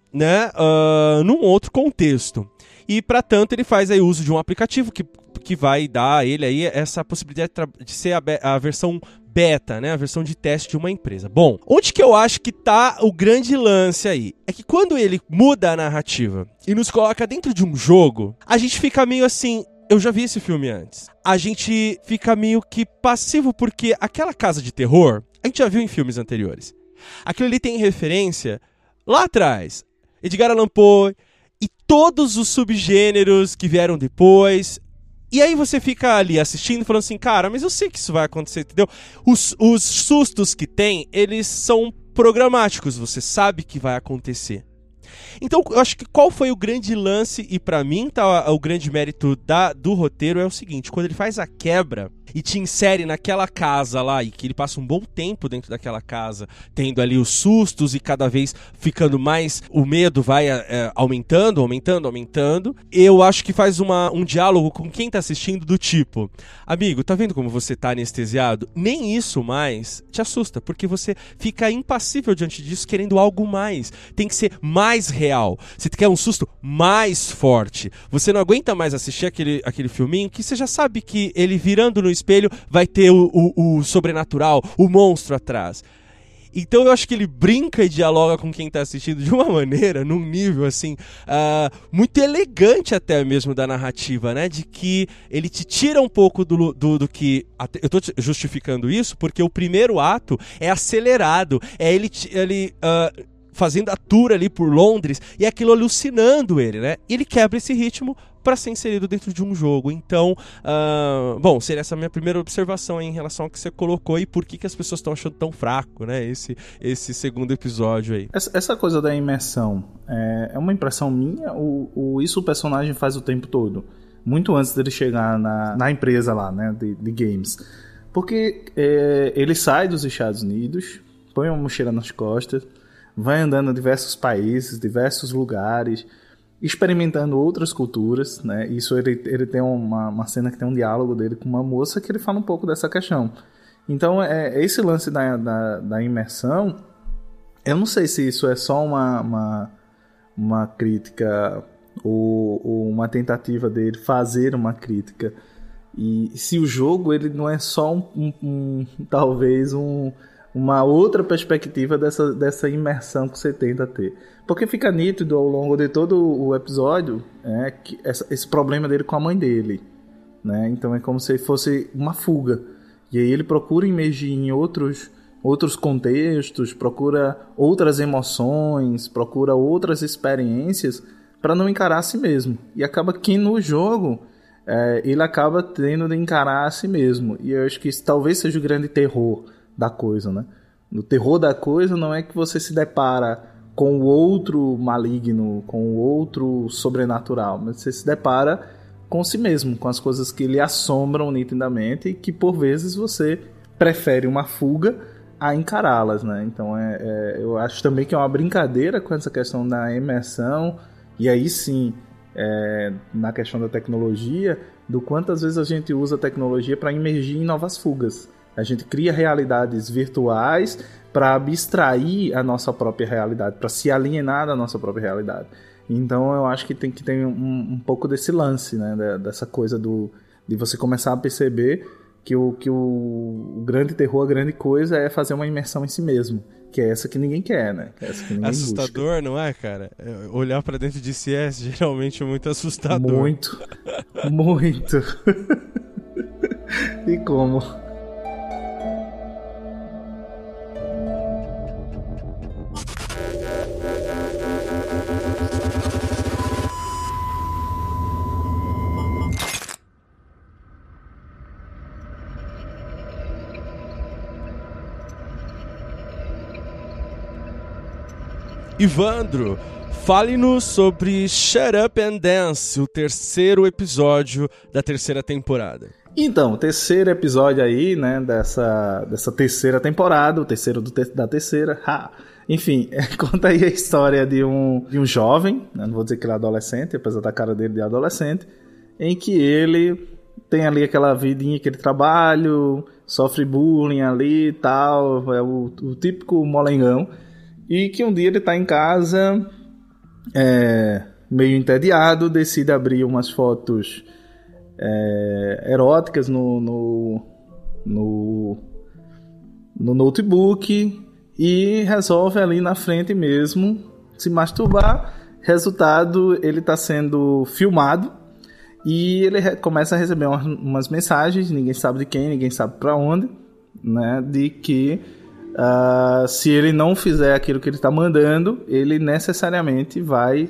né, num outro contexto. E, para tanto, ele faz aí uso de um aplicativo que vai dar a ele aí essa possibilidade de ser a versão beta, né, a versão de teste de uma empresa. Bom, onde que eu acho que tá o grande lance aí? É que quando ele muda a narrativa e nos coloca dentro de um jogo, a gente fica meio assim... Eu já vi esse filme antes. A gente fica meio que passivo, porque aquela casa de terror, a gente já viu em filmes anteriores. Aquilo ali tem referência lá atrás. Edgar Allan Poe e todos os subgêneros que vieram depois. E aí você fica ali assistindo falando assim, cara, mas eu sei que isso vai acontecer, entendeu? Os sustos que tem, eles são programáticos, você sabe que vai acontecer. Então, eu acho que qual foi o grande lance, e pra mim tá o grande mérito do roteiro é o seguinte, quando ele faz a quebra e te insere naquela casa lá, e que ele passa um bom tempo dentro daquela casa, tendo ali os sustos e cada vez ficando mais, o medo vai aumentando, eu acho que faz um diálogo com quem tá assistindo do tipo, amigo, tá vendo como você tá anestesiado? Nem isso mais te assusta, porque você fica impassível diante disso, querendo algo mais, tem que ser mais real, você quer um susto mais forte, você não aguenta mais assistir aquele filminho que você já sabe que ele virando no espelho vai ter o sobrenatural, o monstro atrás. Então eu acho que ele brinca e dialoga com quem tá assistindo de uma maneira, num nível assim, muito elegante até mesmo da narrativa, né? De que ele te tira um pouco do que... Eu tô justificando isso porque o primeiro ato é acelerado, é ele fazendo a tour ali por Londres e aquilo alucinando ele, né? E ele quebra esse ritmo para ser inserido dentro de um jogo. Então, bom, seria essa a minha primeira observação aí em relação ao que você colocou e por que as pessoas estão achando tão fraco, né? Esse segundo episódio aí. Essa coisa da imersão é uma impressão minha ou isso o personagem faz o tempo todo? Muito antes dele chegar na empresa lá, né? De games. Porque ele sai dos Estados Unidos, põe uma mochila nas costas, vai andando em diversos países, diversos lugares, experimentando outras culturas, né? Isso ele tem uma cena que tem um diálogo dele com uma moça que ele fala um pouco dessa questão. Então, esse lance da imersão, eu não sei se isso é só uma crítica ou uma tentativa dele fazer uma crítica. E se o jogo ele não é só talvez uma outra perspectiva dessa imersão que você tenta ter. Porque fica nítido ao longo de todo o episódio que esse problema dele com a mãe dele. Né? Então é como se fosse uma fuga. E aí ele procura emergir em outros contextos, procura outras emoções, procura outras experiências para não encarar a si mesmo. E acaba que no jogo ele acaba tendo de encarar a si mesmo. E eu acho que isso talvez seja o grande terror da coisa, né? O terror da coisa não é que você se depara com o outro maligno, com o outro sobrenatural, mas você se depara com si mesmo, com as coisas que lhe assombram nitidamente e que por vezes você prefere uma fuga a encará-las, né? Então eu acho também que é uma brincadeira com essa questão da imersão e aí sim, na questão da tecnologia, do quantas vezes a gente usa a tecnologia para imergir em novas fugas. A gente cria realidades virtuais para abstrair a nossa própria realidade, para se alienar da nossa própria realidade. Então eu acho que tem que ter um pouco desse lance, né? Dessa coisa de você começar a perceber que o grande terror, a grande coisa é fazer uma imersão em si mesmo. Que é essa que ninguém quer, né? Que é essa que ninguém assustador, busca. Não é, cara? Olhar pra dentro de si é geralmente muito assustador. Muito. Muito. E como? Evandro, fale-nos sobre Shut Up and Dance, o terceiro episódio da terceira temporada. Então, o terceiro episódio aí, né, dessa terceira temporada, o terceiro da terceira, enfim, conta aí a história de um jovem, né, não vou dizer que ele é adolescente, apesar da cara dele de adolescente, em que ele tem ali aquela vidinha, aquele trabalho, sofre bullying ali e tal, é o típico molengão. E que um dia ele tá em casa meio entediado, decide abrir umas fotos eróticas no notebook e resolve ali na frente mesmo se masturbar. Resultado, ele está sendo filmado e ele começa a receber umas mensagens, ninguém sabe de quem, ninguém sabe para onde, né, de que se ele não fizer aquilo que ele está mandando, ele necessariamente vai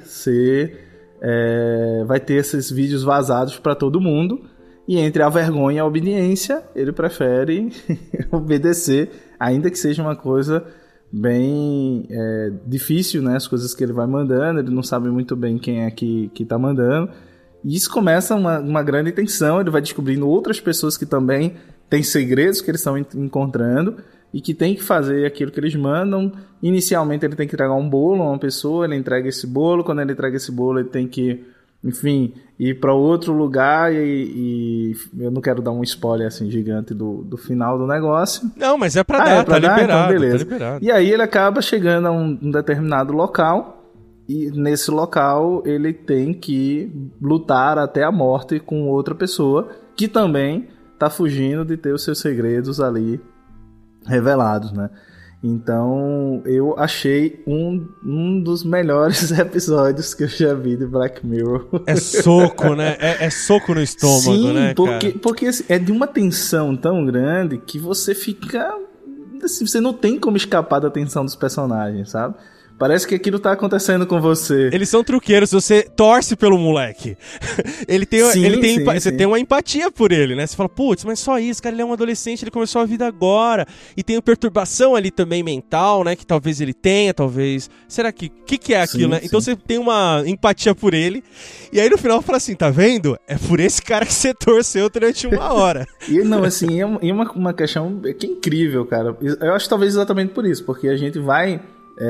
ter esses vídeos vazados para todo mundo. E entre a vergonha e a obediência, ele prefere obedecer, ainda que seja uma coisa bem difícil, né? As coisas que ele vai mandando, ele não sabe muito bem quem é que está mandando. E isso começa uma grande tensão, ele vai descobrindo outras pessoas que também têm segredos que eles estão encontrando e que tem que fazer aquilo que eles mandam. Inicialmente ele tem que entregar um bolo a uma pessoa, ele entrega esse bolo, quando ele entrega esse bolo ele tem que, enfim, ir para outro lugar e eu não quero dar um spoiler assim gigante do final do negócio. Não, mas é pra dar, tá liberado, então beleza. Tá liberado. E aí ele acaba chegando a um determinado local e nesse local ele tem que lutar até a morte com outra pessoa que também tá fugindo de ter os seus segredos ali revelados, né? Então, eu achei um dos melhores episódios que eu já vi de Black Mirror. É soco, né? É soco no estômago, sim, né, porque assim, é de uma tensão tão grande que você fica... Assim, você não tem como escapar da tensão dos personagens, sabe? Parece que aquilo tá acontecendo com você. Eles são truqueiros, você torce pelo moleque. Você tem uma empatia por ele, né? Você fala, putz, mas só isso, cara, ele é um adolescente, ele começou a vida agora. E tem uma perturbação ali também mental, né? Que talvez ele tenha, talvez... Será que... O que é aquilo, né? Sim. Então você tem uma empatia por ele. E aí no final fala assim, tá vendo? É por esse cara que você torceu durante uma hora. E não, assim, é uma questão que é incrível, cara. Eu acho talvez exatamente por isso, porque a gente vai...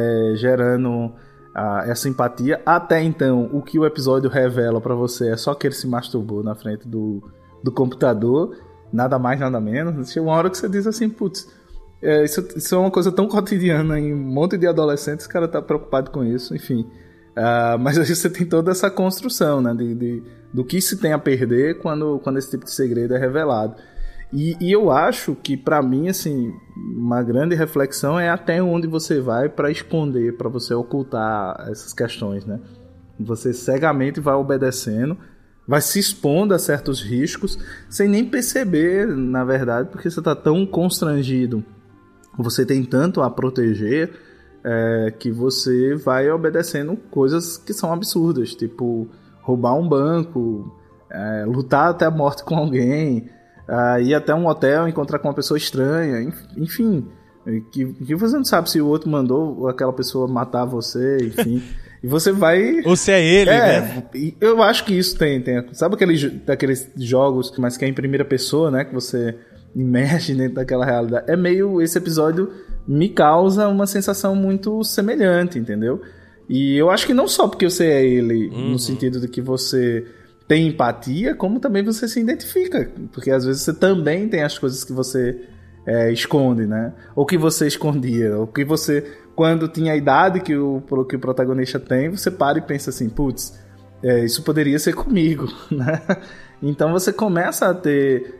gerando essa empatia. Até então, o que o episódio revela pra você é só que ele se masturbou na frente do computador, nada mais, nada menos. Chega uma hora que você diz assim, putz, isso é uma coisa tão cotidiana em um monte de adolescentes, o cara tá preocupado com isso, enfim. Mas aí você tem toda essa construção, né, do que se tem a perder quando esse tipo de segredo é revelado. E eu acho que, pra mim, assim, uma grande reflexão é até onde você vai pra esconder, pra você ocultar essas questões, né? Você cegamente vai obedecendo, vai se expondo a certos riscos, sem nem perceber, na verdade, porque você tá tão constrangido, você tem tanto a proteger, que você vai obedecendo coisas que são absurdas, tipo roubar um banco, lutar até a morte com alguém... ir até um hotel, encontrar com uma pessoa estranha, enfim, que você não sabe se o outro mandou aquela pessoa matar você, enfim, e você vai... Ou se é ele, né? Eu acho que isso tem sabe aqueles jogos, mas que é em primeira pessoa, né, que você imerge dentro daquela realidade, esse episódio me causa uma sensação muito semelhante, entendeu? E eu acho que não só porque você é ele, no sentido de que você... tem empatia, como também você se identifica, porque às vezes você também tem as coisas que você esconde, né? Ou que você escondia, ou que você, quando tinha a idade que o protagonista tem, você para e pensa assim, putz, isso poderia ser comigo, né? Então você começa a ter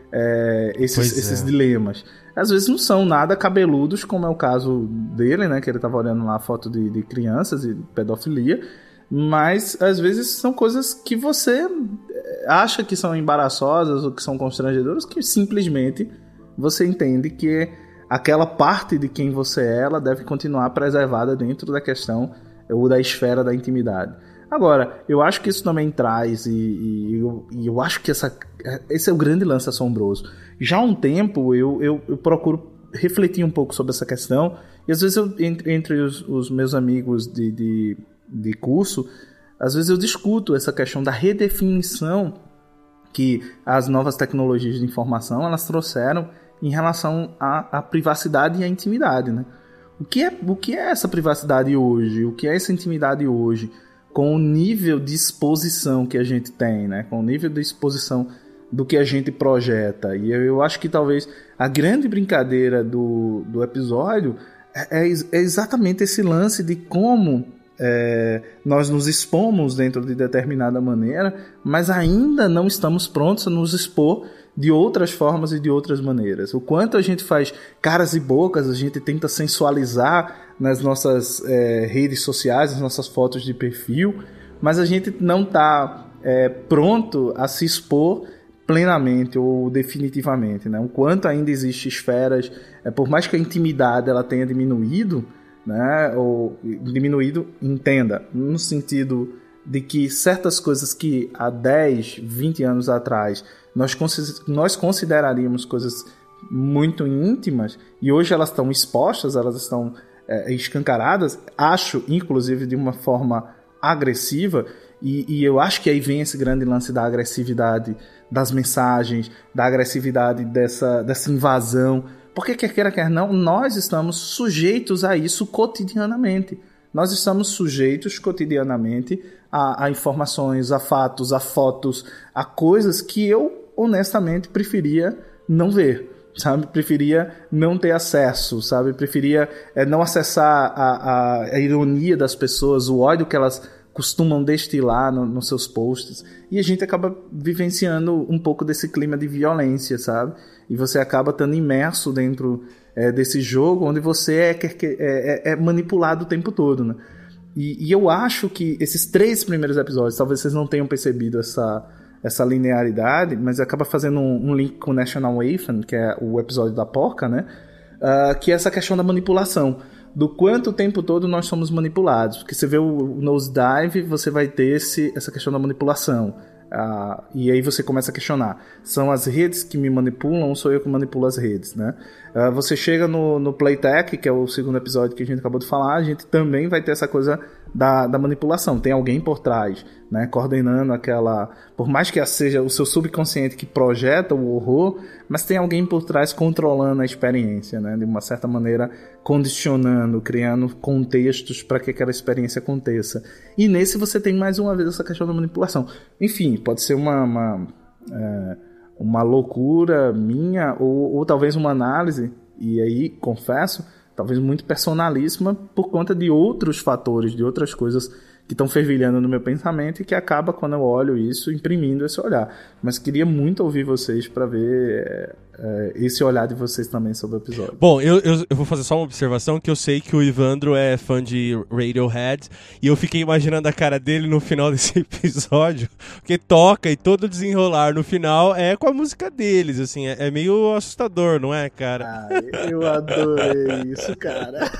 esses dilemas. Às vezes não são nada cabeludos, como é o caso dele, né? Que ele estava olhando lá a foto de crianças e pedofilia, mas às vezes são coisas que você acha que são embaraçosas ou que são constrangedoras, que simplesmente você entende que aquela parte de quem você é, ela deve continuar preservada dentro da questão ou da esfera da intimidade. Agora, eu acho que isso também traz, e eu acho que esse é o grande lance assombroso. Já há um tempo eu procuro refletir um pouco sobre essa questão, e às vezes entre os meus amigos de curso, às vezes eu discuto essa questão da redefinição que as novas tecnologias de informação elas trouxeram em relação à privacidade e à intimidade, né? O que é essa privacidade hoje? O que é essa intimidade hoje? Com o nível de exposição que a gente tem, né? Com o nível de exposição do que a gente projeta. E eu acho que talvez a grande brincadeira do episódio é exatamente esse lance de como nós nos expomos dentro de determinada maneira, mas ainda não estamos prontos a nos expor de outras formas e de outras maneiras. O quanto a gente faz caras e bocas, a gente tenta sensualizar nas nossas redes sociais, nas nossas fotos de perfil, mas a gente não está pronto a se expor plenamente ou definitivamente, né? O quanto ainda existe esferas, por mais que a intimidade ela tenha diminuído, né? Ou diminuído, entenda, no sentido de que certas coisas que há 10, 20 anos atrás nós consideraríamos coisas muito íntimas e hoje elas estão expostas, elas estão escancaradas, acho, inclusive, de uma forma agressiva, e eu acho que aí vem esse grande lance da agressividade das mensagens, da agressividade dessa invasão, porque quer queira, quer não, nós estamos sujeitos a isso cotidianamente. Nós estamos sujeitos cotidianamente a informações, a fatos, a fotos, a coisas que eu, honestamente, preferia não ver, sabe? Preferia não ter acesso, sabe? Preferia não acessar a ironia das pessoas, o ódio que elas costumam destilar nos seus posts, e a gente acaba vivenciando um pouco desse clima de violência, sabe? E você acaba estando imerso dentro desse jogo onde você é manipulado o tempo todo, né? E eu acho que esses 3 primeiros episódios, talvez vocês não tenham percebido essa linearidade, mas acaba fazendo um link com o National Anthem, que é o episódio da porca, né? Que é essa questão da manipulação, do quanto o tempo todo nós somos manipulados. Porque você vê o Nosedive, você vai ter essa questão da manipulação. E aí você começa a questionar, são as redes que me manipulam ou sou eu que manipulo as redes, né? Você chega no Playtech, que é o segundo episódio que a gente acabou de falar, a gente também vai ter essa coisa da manipulação, tem alguém por trás, né, coordenando aquela, por mais que seja o seu subconsciente que projeta o horror, mas tem alguém por trás controlando a experiência, né, de uma certa maneira condicionando, criando contextos para que aquela experiência aconteça. E nesse você tem mais uma vez essa questão da manipulação. Enfim, pode ser uma loucura minha ou talvez uma análise, e aí confesso, talvez muito personalíssima por conta de outros fatores, de outras coisas que estão fervilhando no meu pensamento e que acaba, quando eu olho isso, imprimindo esse olhar. Mas queria muito ouvir vocês para ver esse olhar de vocês também sobre o episódio. Bom, eu vou fazer só uma observação, que eu sei que o Ivandro é fã de Radiohead, e eu fiquei imaginando a cara dele no final desse episódio, porque toca e todo desenrolar no final é com a música deles, assim, é meio assustador, não é, cara? Eu adorei isso, cara.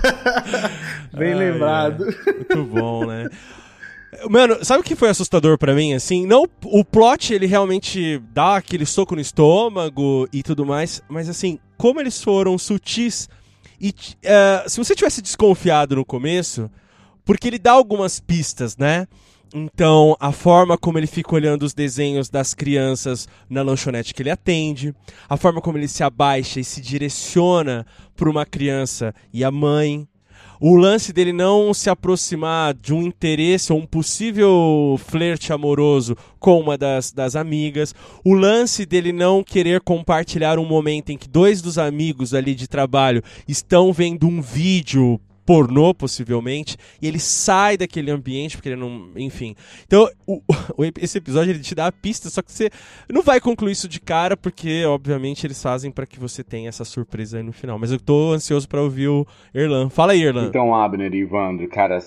Bem lembrado. Muito bom, né? Mano, sabe o que foi assustador pra mim, assim? Não, o plot, ele realmente dá aquele soco no estômago e tudo mais, mas assim, como eles foram sutis, e se você tivesse desconfiado no começo, porque ele dá algumas pistas, né? Então, a forma como ele fica olhando os desenhos das crianças na lanchonete que ele atende, a forma como ele se abaixa e se direciona para uma criança e a mãe, o lance dele não se aproximar de um interesse ou um possível flerte amoroso com uma das amigas, o lance dele não querer compartilhar um momento em que 2 dos amigos ali de trabalho estão vendo um vídeo pornô, possivelmente, e ele sai daquele ambiente, porque ele não... Enfim. Então, esse episódio, ele te dá a pista, só que você não vai concluir isso de cara, porque, obviamente, eles fazem pra que você tenha essa surpresa aí no final. Mas eu tô ansioso pra ouvir o Erlan. Fala aí, Erlan. Então, Abner e Ivandro, cara,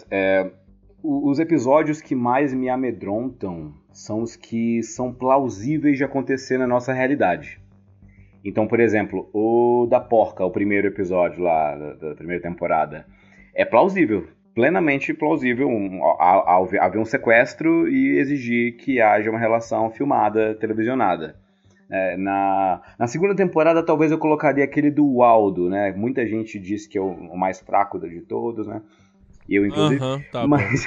os episódios que mais me amedrontam são os que são plausíveis de acontecer na nossa realidade. Então, por exemplo, o da porca, o primeiro episódio lá da primeira temporada, é plausível, plenamente plausível haver um sequestro e exigir que haja uma relação filmada, televisionada. Na segunda temporada, talvez eu colocaria aquele do Waldo, né? Muita gente diz que é o mais fraco de todos, né? Eu, inclusive. Tá mas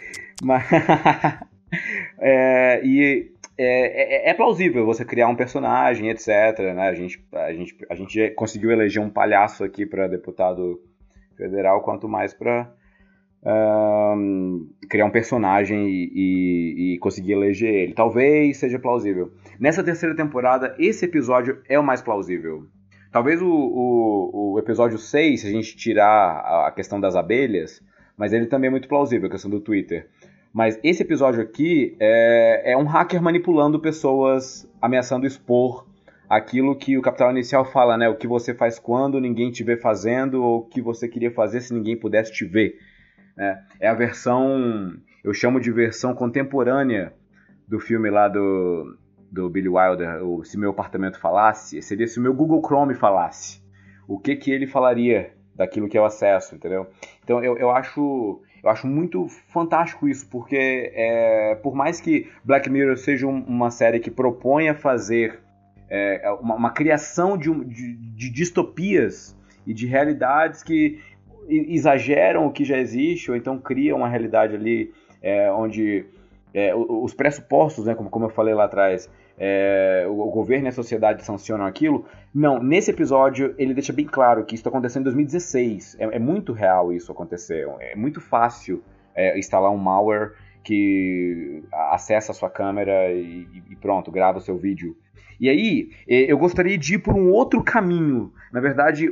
é plausível você criar um personagem, etc. Né? A gente já conseguiu eleger um palhaço aqui para deputado federal, quanto mais para criar um personagem e conseguir eleger ele. Talvez seja plausível. Nessa terceira temporada, esse episódio é o mais plausível. Talvez o episódio 6, se a gente tirar a questão das abelhas, Mas ele também é muito plausível, a questão do Twitter. Mas esse episódio aqui é um hacker manipulando pessoas, ameaçando expor aquilo que o Capital Inicial fala, né? O que você faz quando ninguém te vê fazendo, ou o que você queria fazer se ninguém pudesse te ver. Né? É a versão, eu chamo de versão contemporânea do filme lá do Billy Wilder, Se Meu Apartamento Falasse, seria se o meu Google Chrome falasse. O que ele falaria daquilo que eu acesso, entendeu? Então eu acho muito fantástico isso, porque por mais que Black Mirror seja uma série que propõe a fazer uma criação de distopias e de realidades que exageram o que já existe, ou então criam uma realidade ali onde os pressupostos, né, como eu falei lá atrás, o governo e a sociedade sancionam aquilo. Não, nesse episódio ele deixa bem claro que isso está acontecendo em 2016. É muito real isso acontecer. É muito fácil instalar um malware que acessa a sua câmera e pronto, grava o seu vídeo. E aí, eu gostaria de ir por um outro caminho. Na verdade,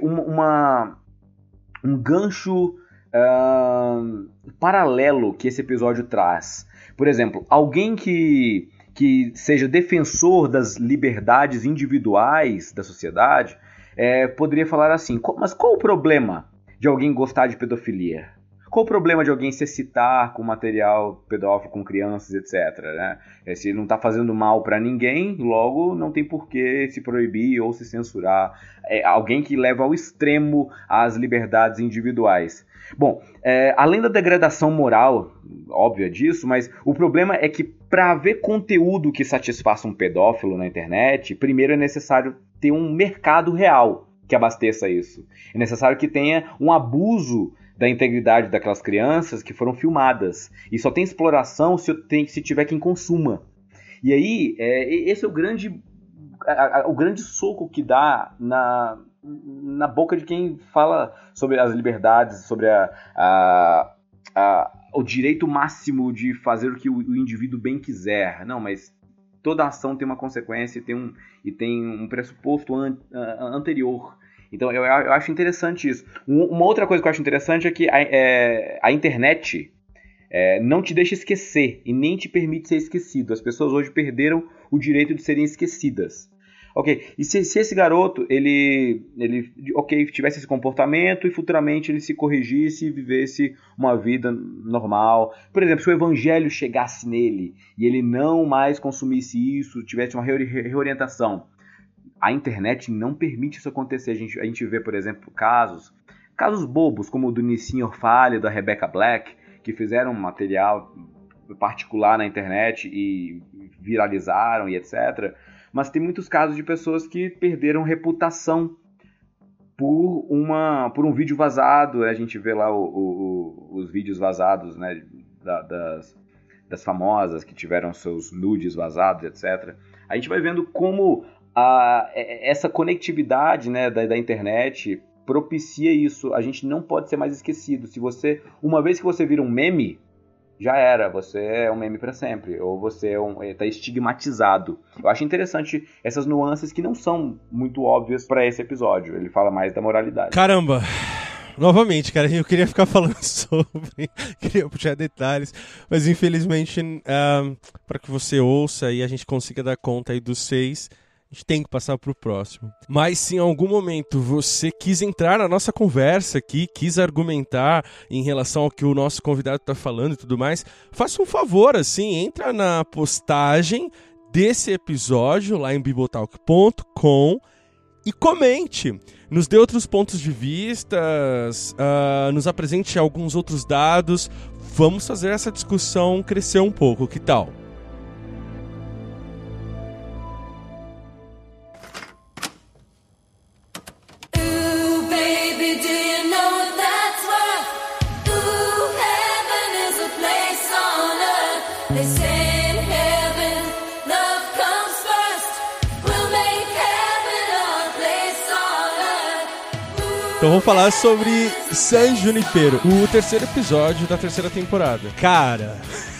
um gancho paralelo que esse episódio traz. Por exemplo, alguém que seja defensor das liberdades individuais da sociedade poderia falar assim, mas qual o problema de alguém gostar de pedofilia? Qual o problema de alguém se excitar com material pedófilo, com crianças, etc. Né? Se não está fazendo mal para ninguém, logo não tem por que se proibir ou se censurar. Alguém que leva ao extremo as liberdades individuais. Bom, além da degradação moral óbvia disso, mas o problema é que para haver conteúdo que satisfaça um pedófilo na internet, primeiro é necessário ter um mercado real que abasteça isso. É necessário que tenha um abuso da integridade daquelas crianças que foram filmadas. E só tem exploração se tiver quem consuma. E aí, esse é o grande soco que dá na boca de quem fala sobre as liberdades, sobre o direito máximo de fazer o que o indivíduo bem quiser. Não, mas toda ação tem uma consequência e tem um pressuposto anterior. Então eu acho interessante isso. Uma outra coisa que eu acho interessante é que a internet não te deixa esquecer e nem te permite ser esquecido. As pessoas hoje perderam o direito de serem esquecidas. Ok, e se esse garoto ele tivesse esse comportamento e futuramente ele se corrigisse e vivesse uma vida normal, por exemplo, se o evangelho chegasse nele e ele não mais consumisse isso, tivesse uma reorientação, a internet não permite isso acontecer. A gente vê, por exemplo, casos bobos, como o do Nissim Orfalho e da Rebecca Black, que fizeram um material particular na internet e viralizaram e etc. Mas tem muitos casos de pessoas que perderam reputação por um vídeo vazado. A gente vê lá os vídeos vazados, né, das famosas que tiveram seus nudes vazados, etc. A gente vai vendo como essa conectividade, né, da internet propicia isso. A gente não pode ser mais esquecido. Uma vez que você vira um meme, já era, você é um meme para sempre, ou você tá estigmatizado. Eu acho interessante essas nuances que não são muito óbvias para esse episódio. Ele fala mais da moralidade. Caramba! Novamente, cara, eu queria ficar falando queria puxar detalhes, mas infelizmente, para que você ouça e a gente consiga dar conta aí dos 6, a gente tem que passar pro próximo. Mas se em algum momento você quis entrar na nossa conversa aqui, quis argumentar em relação ao que o nosso convidado tá falando e tudo mais, faça um favor, assim, entra na postagem desse episódio lá em bibotalk.com e comente. Nos dê outros pontos de vista, nos apresente alguns outros dados. Vamos fazer essa discussão crescer um pouco, que tal? Então vamos falar sobre San Junipero, o terceiro episódio da terceira temporada. Cara,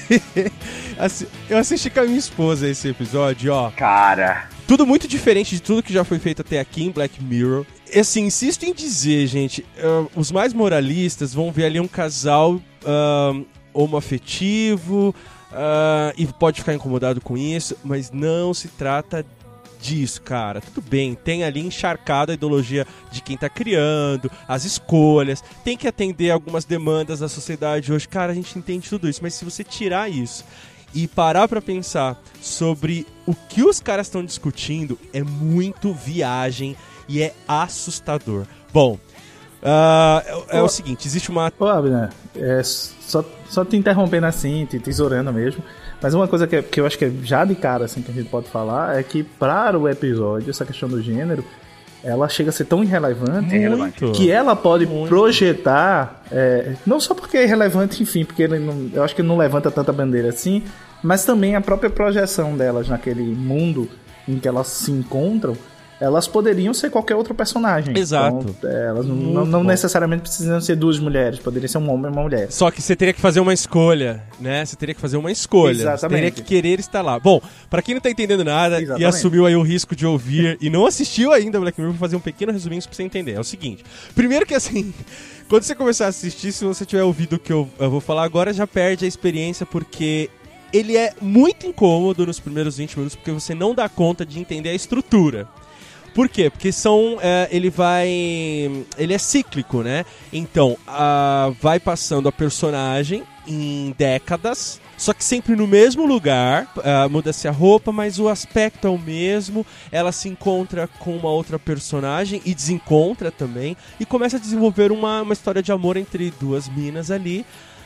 eu assisti com a minha esposa esse episódio, ó. Cara, tudo muito diferente de tudo que já foi feito até aqui em Black Mirror. Assim, insisto em dizer, gente, os mais moralistas vão ver ali um casal homoafetivo e pode ficar incomodado com isso, mas não se trata disso, cara. Tudo bem, tem ali encharcado a ideologia de quem tá criando, as escolhas, tem que atender algumas demandas da sociedade hoje. Cara, a gente entende tudo isso, mas se você tirar isso e parar pra pensar sobre o que os caras estão discutindo, é muito viagem e é assustador. Bom, é o seguinte, existe uma... Ô, Abner, só te interrompendo assim, te tesourando mesmo, mas uma coisa que eu acho que é já de cara assim, que a gente pode falar é que para o episódio, essa questão do gênero, ela chega a ser tão irrelevante que ela pode projetar, não só porque é irrelevante, enfim, porque eu acho que ele não levanta tanta bandeira assim, mas também a própria projeção delas naquele mundo em que elas se encontram, elas poderiam ser qualquer outro personagem. Exato. Então, elas não necessariamente precisam ser duas mulheres, poderia ser um homem e uma mulher. Só que você teria que fazer uma escolha, né? Você teria que fazer uma escolha. Exatamente. Você teria que querer estar lá. Bom, pra quem não tá entendendo nada e assumiu aí o risco de ouvir e não assistiu ainda Black Mirror, vou fazer um pequeno resuminho pra você entender. É o seguinte. Primeiro que assim, quando você começar a assistir, se você tiver ouvido o que eu vou falar agora, já perde a experiência, porque ele é muito incômodo nos primeiros 20 minutos, porque você não dá conta de entender a estrutura. Por quê? Porque ele é cíclico, né? Então, vai passando a personagem em décadas, só que sempre no mesmo lugar, muda-se a roupa, mas o aspecto é o mesmo, ela se encontra com uma outra personagem e desencontra também, e começa a desenvolver uma história de amor entre duas minas ali.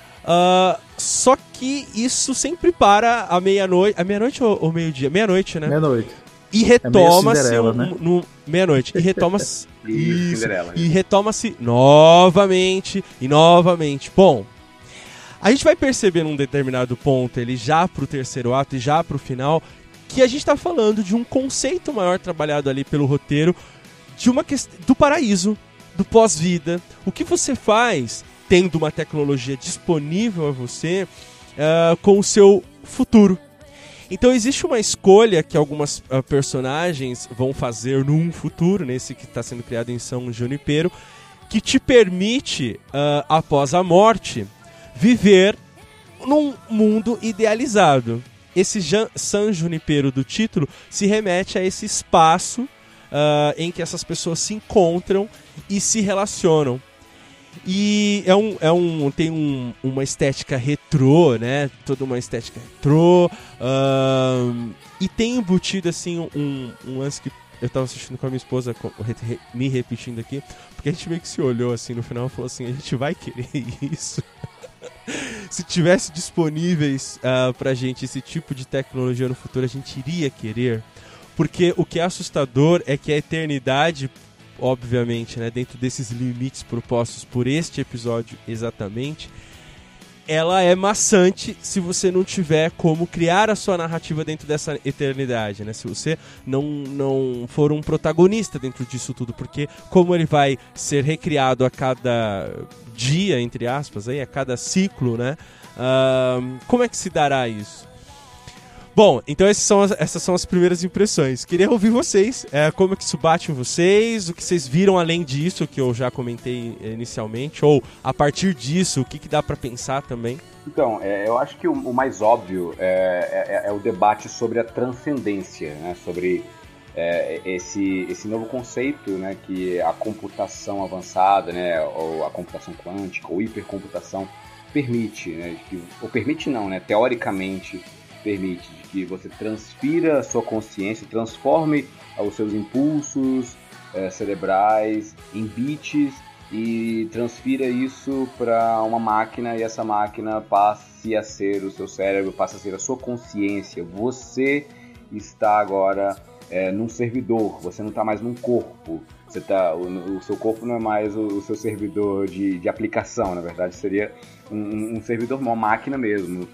Só que isso sempre para à meia-noite. À meia-noite ou meio-dia? Meia-noite, né? Meia-noite. E retoma-se né? meia-noite. E retoma-se. Isso. E retoma-se novamente e novamente. Bom, a gente vai perceber num determinado ponto, ele já pro terceiro ato e já pro final, que a gente tá falando de um conceito maior trabalhado ali pelo roteiro, de uma questão do paraíso, do pós-vida. O que você faz tendo uma tecnologia disponível a você com o seu futuro. Então existe uma escolha que algumas personagens vão fazer num futuro, nesse que está sendo criado em São Junipero, que te permite, após a morte, viver num mundo idealizado. Esse San Junipero do título se remete a esse espaço em que essas pessoas se encontram e se relacionam. E tem uma estética retrô, né? Toda uma estética retrô. E tem embutido, assim, um lance que eu tava assistindo com a minha esposa, me repetindo aqui, porque a gente meio que se olhou, assim, no final e falou assim, a gente vai querer isso? Se tivesse disponíveis pra gente esse tipo de tecnologia no futuro, a gente iria querer? Porque o que é assustador é que a eternidade... obviamente, né, dentro desses limites propostos por este episódio exatamente, ela é maçante se você não tiver como criar a sua narrativa dentro dessa eternidade, né? Se você não for um protagonista dentro disso tudo, porque como ele vai ser recriado a cada dia, entre aspas, aí, a cada ciclo, né? Como é que se dará isso? Bom, então essas são as primeiras impressões. Queria ouvir vocês, como é que isso bate em vocês, o que vocês viram além disso, que eu já comentei inicialmente, ou a partir disso, o que dá pra pensar também? Então, eu acho que o mais óbvio é o debate sobre a transcendência, né? Sobre esse novo conceito, né? Que a computação avançada, né? Ou a computação quântica, ou hipercomputação permite, né? Ou permite não, né? Teoricamente permite que você transfira a sua consciência, transforme os seus impulsos cerebrais em bits e transfira isso para uma máquina, e essa máquina passe a ser o seu cérebro, passe a ser a sua consciência. Você está agora num servidor, você não está mais num corpo. O seu corpo não é mais o seu servidor de aplicação, na verdade seria um servidor, uma máquina mesmo.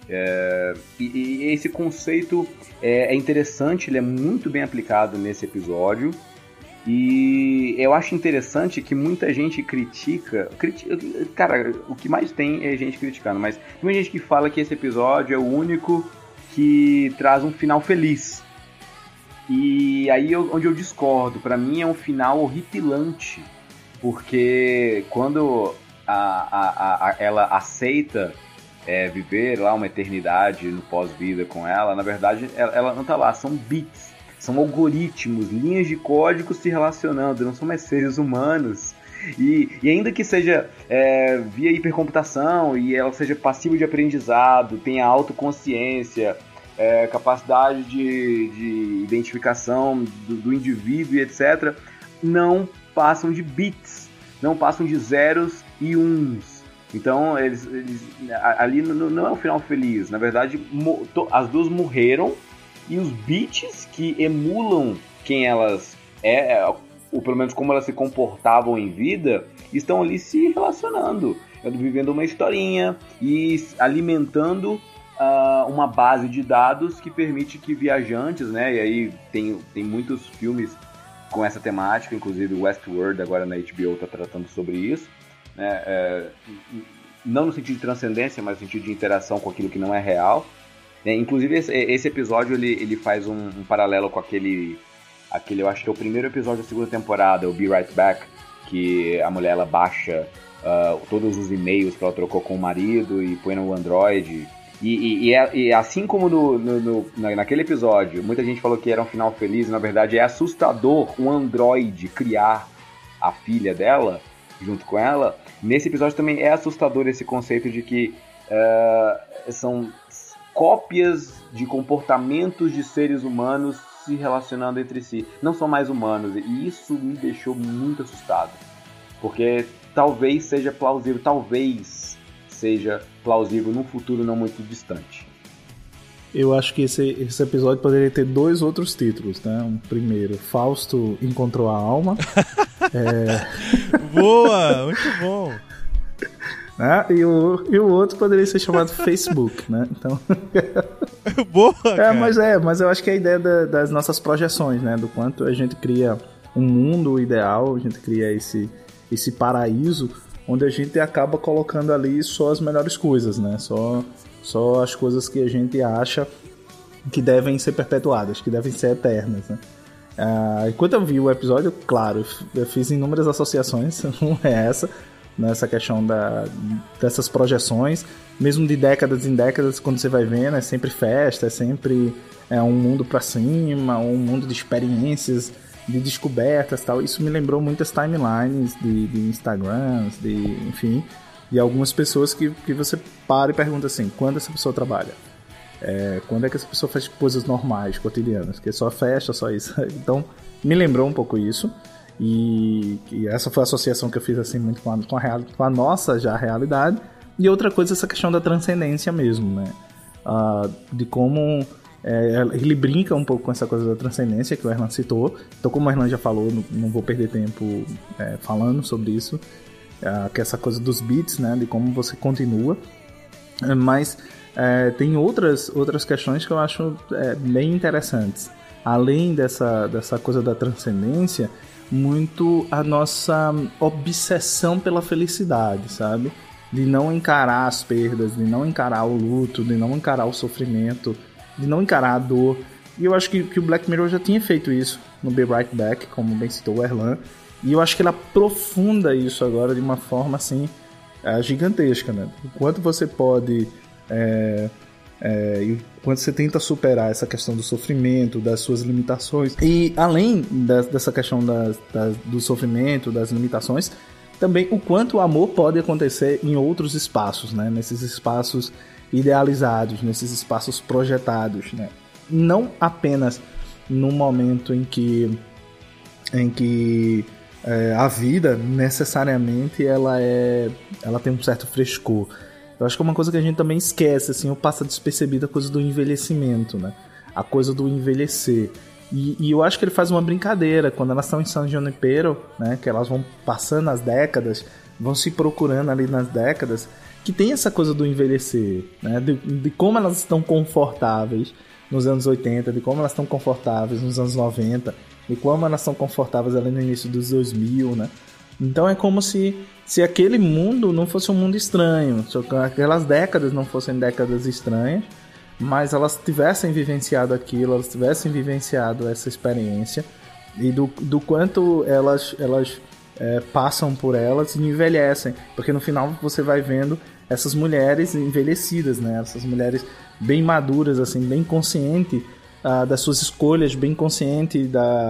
E esse conceito é interessante, ele é muito bem aplicado nesse episódio, e eu acho interessante que muita gente critica, cara, o que mais tem é gente criticando, mas tem muita gente que fala que esse episódio é o único que traz um final feliz, e aí onde eu discordo. Pra mim é um final horripilante, porque quando ela aceita viver lá uma eternidade no pós-vida com ela, na verdade ela não tá lá, são bits, são algoritmos, linhas de código se relacionando, não são mais seres humanos. E ainda que seja via hipercomputação e ela seja passiva de aprendizado, tenha autoconsciência, capacidade de identificação do indivíduo e etc., não passam de bits, não passam de zeros e uns. Então eles ali não é um final feliz, na verdade as duas morreram e os bits que emulam quem elas ou pelo menos como elas se comportavam em vida, estão ali se relacionando, vivendo uma historinha e alimentando uma base de dados que permite que viajantes, né, e aí tem muitos filmes com essa temática, inclusive Westworld agora na HBO está tratando sobre isso, né, não no sentido de transcendência, mas no sentido de interação com aquilo que não é real. Inclusive esse episódio ele faz um paralelo com aquele, eu acho que é o primeiro episódio da segunda temporada, o Be Right Back, que a mulher ela baixa todos os e-mails que ela trocou com o marido e põe no Android. E assim como naquele episódio, muita gente falou que era um final feliz, na verdade é assustador um Android criar a filha dela junto com ela. Nesse episódio também é assustador esse conceito de que são cópias de comportamentos de seres humanos se relacionando entre si, não são mais humanos, e isso me deixou muito assustado, porque talvez seja plausível num futuro não muito distante. Eu acho que esse episódio poderia ter 2 outros títulos, né? Um primeiro, Fausto encontrou a alma. Boa, muito bom. Né? E o outro poderia ser chamado Facebook, né? Então... Boa, cara. Mas eu acho que é a ideia das nossas projeções, né? Do quanto a gente cria um mundo ideal, a gente cria esse paraíso, onde a gente acaba colocando ali só as melhores coisas, né? Só as coisas que a gente acha que devem ser perpetuadas, que devem ser eternas, né? Enquanto eu vi o episódio, claro, eu fiz inúmeras associações, não é essa, nessa questão dessas projeções, mesmo de décadas em décadas, quando você vai vendo, é sempre festa, é sempre um mundo pra cima, um mundo de experiências, de descobertas e tal. Isso me lembrou muitas timelines de Instagrams, enfim, de algumas pessoas que você para e pergunta assim, quando essa pessoa trabalha? Quando é que essa pessoa faz coisas normais, cotidianas? Que é só festa, só isso. Então, me lembrou um pouco isso. E essa foi a associação que eu fiz assim muito com a nossa já realidade. E outra coisa, essa questão da transcendência mesmo, né? De como ele brinca um pouco com essa coisa da transcendência que o Erlan citou. Então, como o Erlan já falou, não vou perder tempo falando sobre isso, que é essa coisa dos bits, né? De como você continua. Mas tem outras questões que eu acho bem interessantes. Além dessa coisa da transcendência, muito a nossa obsessão pela felicidade, sabe? De não encarar as perdas, de não encarar o luto, de não encarar o sofrimento, de não encarar a dor. E eu acho que o Black Mirror já tinha feito isso no Be Right Back, como bem citou o Erlan. E eu acho que ele aprofunda isso agora de uma forma assim gigantesca, né? O quanto você pode... e quando você tenta superar essa questão do sofrimento, das suas limitações, e além dessa questão do sofrimento, das limitações, também o quanto o amor pode acontecer em outros espaços, né? Nesses espaços idealizados, nesses espaços projetados, né? Não apenas no momento em que a vida necessariamente ela tem um certo frescor. Eu acho que é uma coisa que a gente também esquece, assim, ou passa despercebida, a coisa do envelhecimento, né? A coisa do envelhecer. E eu acho que ele faz uma brincadeira, quando elas estão em San Junipero, né? Que elas vão passando as décadas, vão se procurando ali nas décadas, que tem essa coisa do envelhecer, né? De como elas estão confortáveis nos anos 80, de como elas estão confortáveis nos anos 90, de como elas estão confortáveis ali no início dos 2000, né? Então é como se aquele mundo não fosse um mundo estranho, se aquelas décadas não fossem décadas estranhas, mas elas tivessem vivenciado aquilo, elas tivessem vivenciado essa experiência, e do quanto elas passam por elas e envelhecem, porque no final você vai vendo essas mulheres envelhecidas, né? Essas mulheres bem maduras, assim, bem conscientes das suas escolhas, bem consciente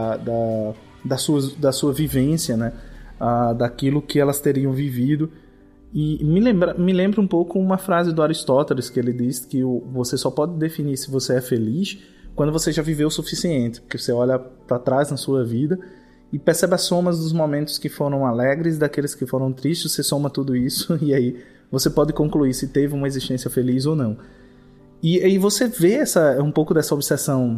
da sua vivência, né? Daquilo que elas teriam vivido. E me lembra um pouco uma frase do Aristóteles, que ele diz que você só pode definir se você é feliz quando você já viveu o suficiente, porque você olha para trás na sua vida e percebe as somas dos momentos que foram alegres, daqueles que foram tristes, você soma tudo isso e aí você pode concluir se teve uma existência feliz ou não. E aí você vê um pouco dessa obsessão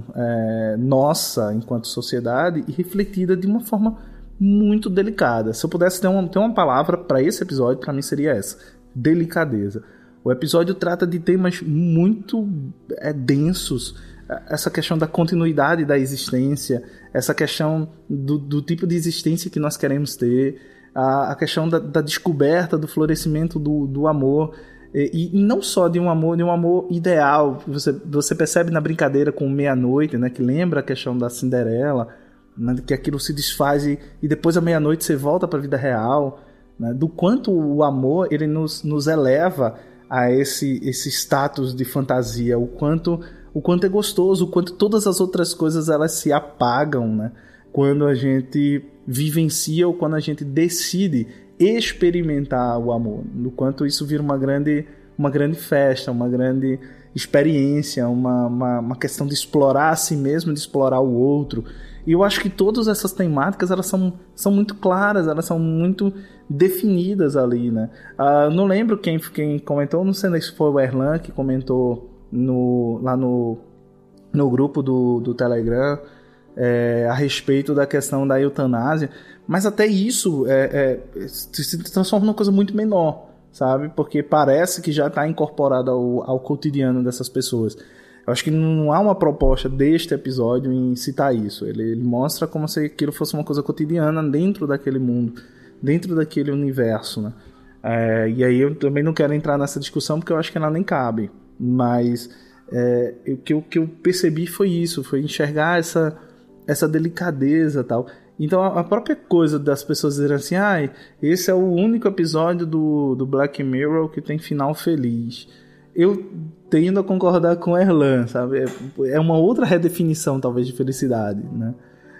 nossa enquanto sociedade e refletida de uma forma muito delicada. Se eu pudesse ter uma palavra para esse episódio, para mim seria essa: delicadeza. O episódio trata de temas muito densos, essa questão da continuidade da existência, essa questão do tipo de existência que nós queremos ter, a questão da descoberta, do florescimento do amor, e não só de um amor ideal. Você percebe na brincadeira com Meia-Noite, né, que lembra a questão da Cinderela, né, que aquilo se desfaz e depois da meia-noite você volta para a vida real, né, do quanto o amor ele nos eleva a esse status de fantasia, o quanto é gostoso, o quanto todas as outras coisas elas se apagam, né, quando a gente vivencia ou quando a gente decide experimentar o amor, do quanto isso vira uma grande festa, uma grande experiência, uma questão de explorar a si mesmo, de explorar o outro. E eu acho que todas essas temáticas elas são muito claras, elas são muito definidas ali, né? Não lembro quem comentou, não sei se foi o Erlan que comentou lá no grupo do Telegram a respeito da questão da eutanásia, mas até isso se transforma numa coisa muito menor, sabe? Porque parece que já está incorporado ao cotidiano dessas pessoas. Eu acho que não há uma proposta deste episódio em citar isso. Ele mostra como se aquilo fosse uma coisa cotidiana dentro daquele mundo, dentro daquele universo, né? E aí eu também não quero entrar nessa discussão porque eu acho que ela nem cabe. Mas o que eu percebi foi isso, foi enxergar essa delicadeza e tal. Então a própria coisa das pessoas dizerem assim, esse é o único episódio do Black Mirror que tem final feliz. Eu tendo a concordar com o Erlan, sabe? É uma outra redefinição, talvez, de felicidade, né?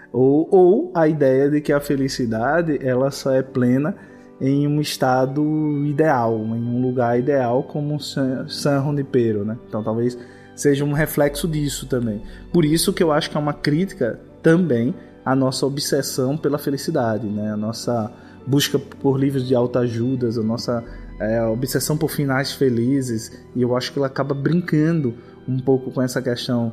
Ou a ideia de que a felicidade, ela só é plena em um estado ideal, em um lugar ideal como San Junipero, né? Então, talvez seja um reflexo disso também. Por isso que eu acho que é uma crítica também à nossa obsessão pela felicidade, né? A nossa busca por livros de autoajudas, a nossa obsessão por finais felizes, e eu acho que ela acaba brincando um pouco com essa questão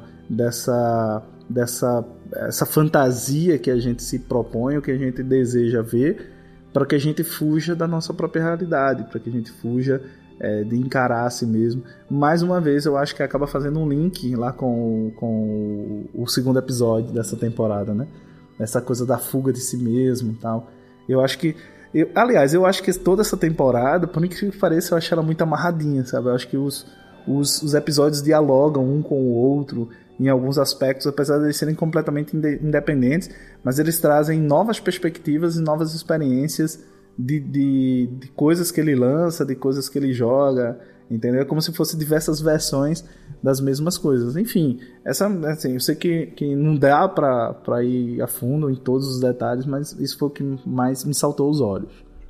dessa fantasia que a gente se propõe, o que a gente deseja ver, para que a gente fuja da nossa própria realidade, para que a gente fuja de encarar a si mesmo. Mais uma vez, eu acho que acaba fazendo um link lá com o segundo episódio dessa temporada, né? Essa coisa da fuga de si mesmo e tal. Eu acho que eu acho que toda essa temporada, por incrível que pareça, eu acho ela muito amarradinha, sabe? Eu acho que os episódios dialogam um com o outro em alguns aspectos, apesar de eles serem completamente independentes, mas eles trazem novas perspectivas e novas experiências de coisas que ele lança, de coisas que ele joga, entendeu? É como se fossem diversas versões das mesmas coisas. Enfim, assim, eu sei que não dá pra ir a fundo em todos os detalhes, mas isso foi o que mais me saltou aos olhos.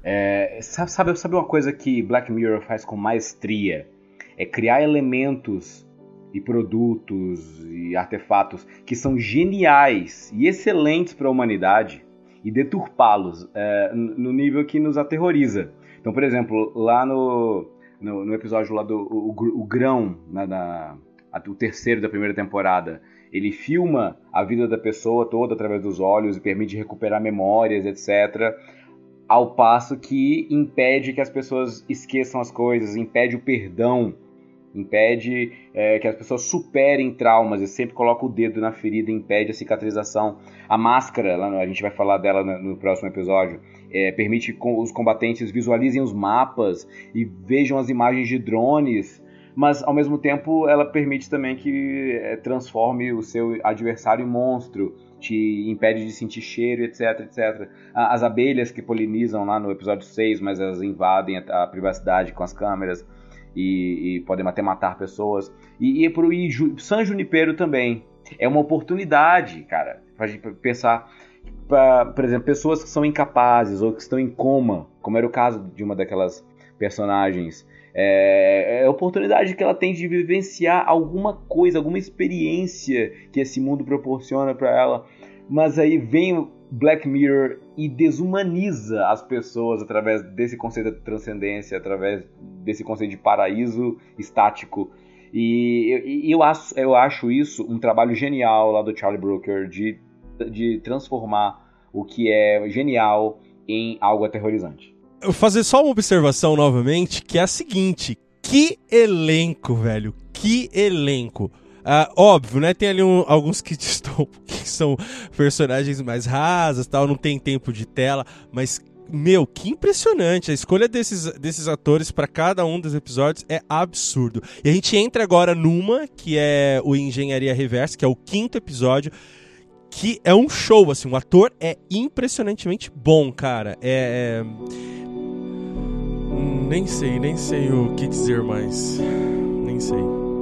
Sabe uma coisa que Black Mirror faz com maestria? É criar elementos e produtos e artefatos que são geniais e excelentes para a humanidade e deturpá-los no nível que nos aterroriza. Então, por exemplo, lá no episódio lá o Grão, o terceiro da primeira temporada, ele filma a vida da pessoa toda através dos olhos e permite recuperar memórias, etc., ao passo que impede que as pessoas esqueçam as coisas, impede o perdão, impede que as pessoas superem traumas e sempre coloca o dedo na ferida e impede a cicatrização. A máscara, a gente vai falar dela no próximo episódio, permite que os combatentes visualizem os mapas e vejam as imagens de drones mas ao mesmo tempo ela permite também que transforme o seu adversário em monstro, te impede de sentir cheiro, etc, etc. As abelhas que polinizam lá no episódio 6, mas elas invadem a privacidade com as câmeras e podem até matar pessoas. E pro San Junipero também. É uma oportunidade, cara, pra gente pensar, por exemplo, pessoas que são incapazes ou que estão em coma, como era o caso de uma daquelas personagens. É a oportunidade que ela tem de vivenciar alguma coisa, alguma experiência que esse mundo proporciona para ela. Mas aí vem Black Mirror e desumaniza as pessoas através desse conceito de transcendência, através desse conceito de paraíso estático. E eu acho isso um trabalho genial lá do Charlie Brooker de transformar o que é genial em algo aterrorizante. Eu vou fazer só uma observação novamente, que é a seguinte: que elenco, velho, que elenco. Óbvio, né, tem ali alguns que são personagens mais rasas, tal, não tem tempo de tela, mas, meu, que impressionante. A escolha desses atores para cada um dos episódios é absurdo. E a gente entra agora numa, que é o Engenharia Reversa, que é o 5º episódio, que é um show, assim, o ator é impressionantemente bom, cara. Nem sei o que dizer mais. Nem sei.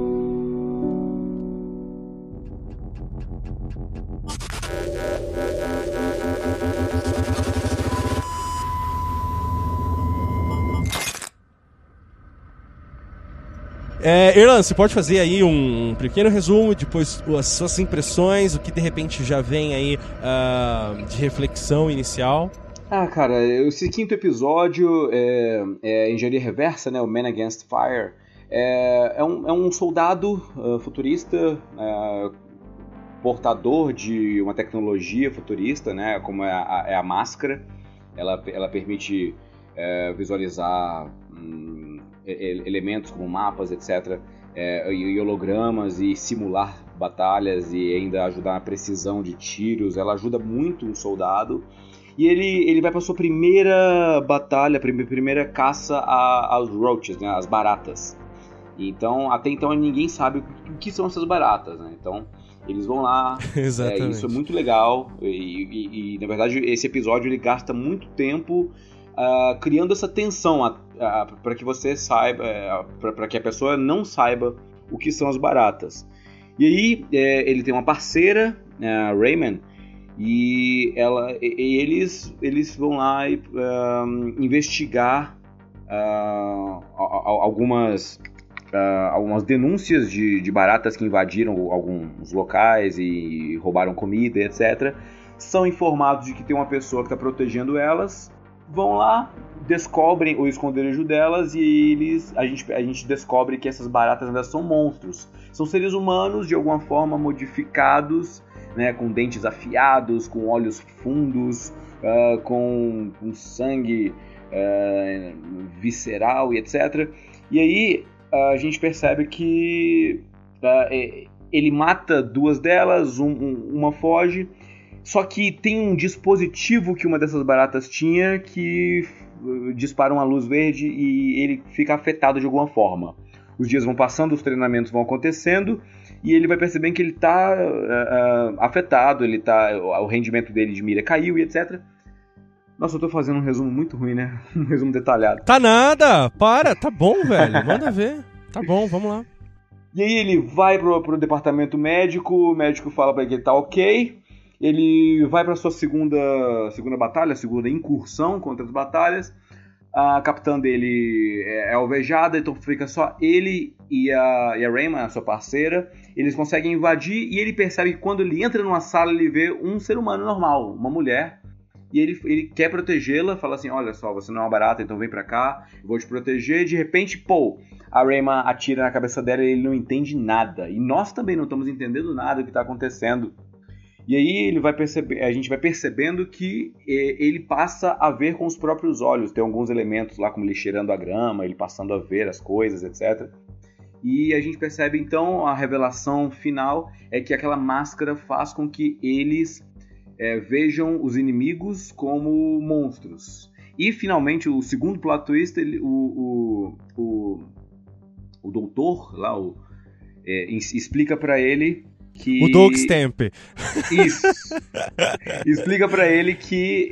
Erlan, você pode fazer aí um pequeno resumo, depois as suas impressões, o que de repente já vem aí de reflexão inicial? Cara, esse 5º episódio é Engenharia Reversa, né, o Man Against Fire, é um soldado futurista, portador de uma tecnologia futurista, né, como é a máscara. Ela permite visualizar elementos como mapas, etc, e hologramas, e simular batalhas, e ainda ajudar na precisão de tiros. Ela ajuda muito um soldado. E ele vai para sua primeira batalha, primeira caça aos roaches, né, as baratas. Então, até então ninguém sabe o que são essas baratas, né? Então, eles vão lá. Exatamente. Isso é muito legal. E na verdade, esse episódio ele gasta muito tempo criando essa tensão para que você saiba, para que a pessoa não saiba o que são as baratas. E aí, ele tem uma parceira, a Rayman, e eles vão lá investigar algumas denúncias de baratas que invadiram alguns locais e roubaram comida, etc. São informados de que tem uma pessoa que está protegendo elas, vão lá, descobrem o esconderijo delas, e a gente descobre que essas baratas ainda são monstros. São seres humanos de alguma forma modificados, né, com dentes afiados, com olhos fundos, com sangue visceral e etc. E aí a gente percebe que ele mata 2 delas, uma foge, só que tem um dispositivo que uma dessas baratas tinha que dispara uma luz verde e ele fica afetado de alguma forma. Os dias vão passando, os treinamentos vão acontecendo, e ele vai percebendo que ele está afetado, o rendimento dele de mira caiu e etc. Nossa, eu tô fazendo um resumo muito ruim, né? Um resumo detalhado. Tá nada! Para! Tá bom, velho. Manda ver. Tá bom, vamos lá. E aí ele vai pro departamento médico, o médico fala pra ele que ele tá ok. Ele vai pra sua segunda batalha, segunda incursão contra as batalhas. A capitã dele é alvejada, então fica só ele e a Rayman, a sua parceira. Eles conseguem invadir e ele percebe que quando ele entra numa sala, ele vê um ser humano normal, uma mulher. E ele quer protegê-la, fala assim, olha só, você não é uma barata, então vem pra cá, eu vou te proteger. De repente, a Rayman atira na cabeça dela e ele não entende nada. E nós também não estamos entendendo nada do que está acontecendo. E aí a gente vai percebendo que ele passa a ver com os próprios olhos. Tem alguns elementos lá, como ele cheirando a grama, ele passando a ver as coisas, etc. E a gente percebe então, a revelação final é que aquela máscara faz com que eles vejam os inimigos como monstros. E finalmente, o segundo plot twist, o doutor lá, explica pra ele que... O Doug Stamp. Isso. Explica pra ele que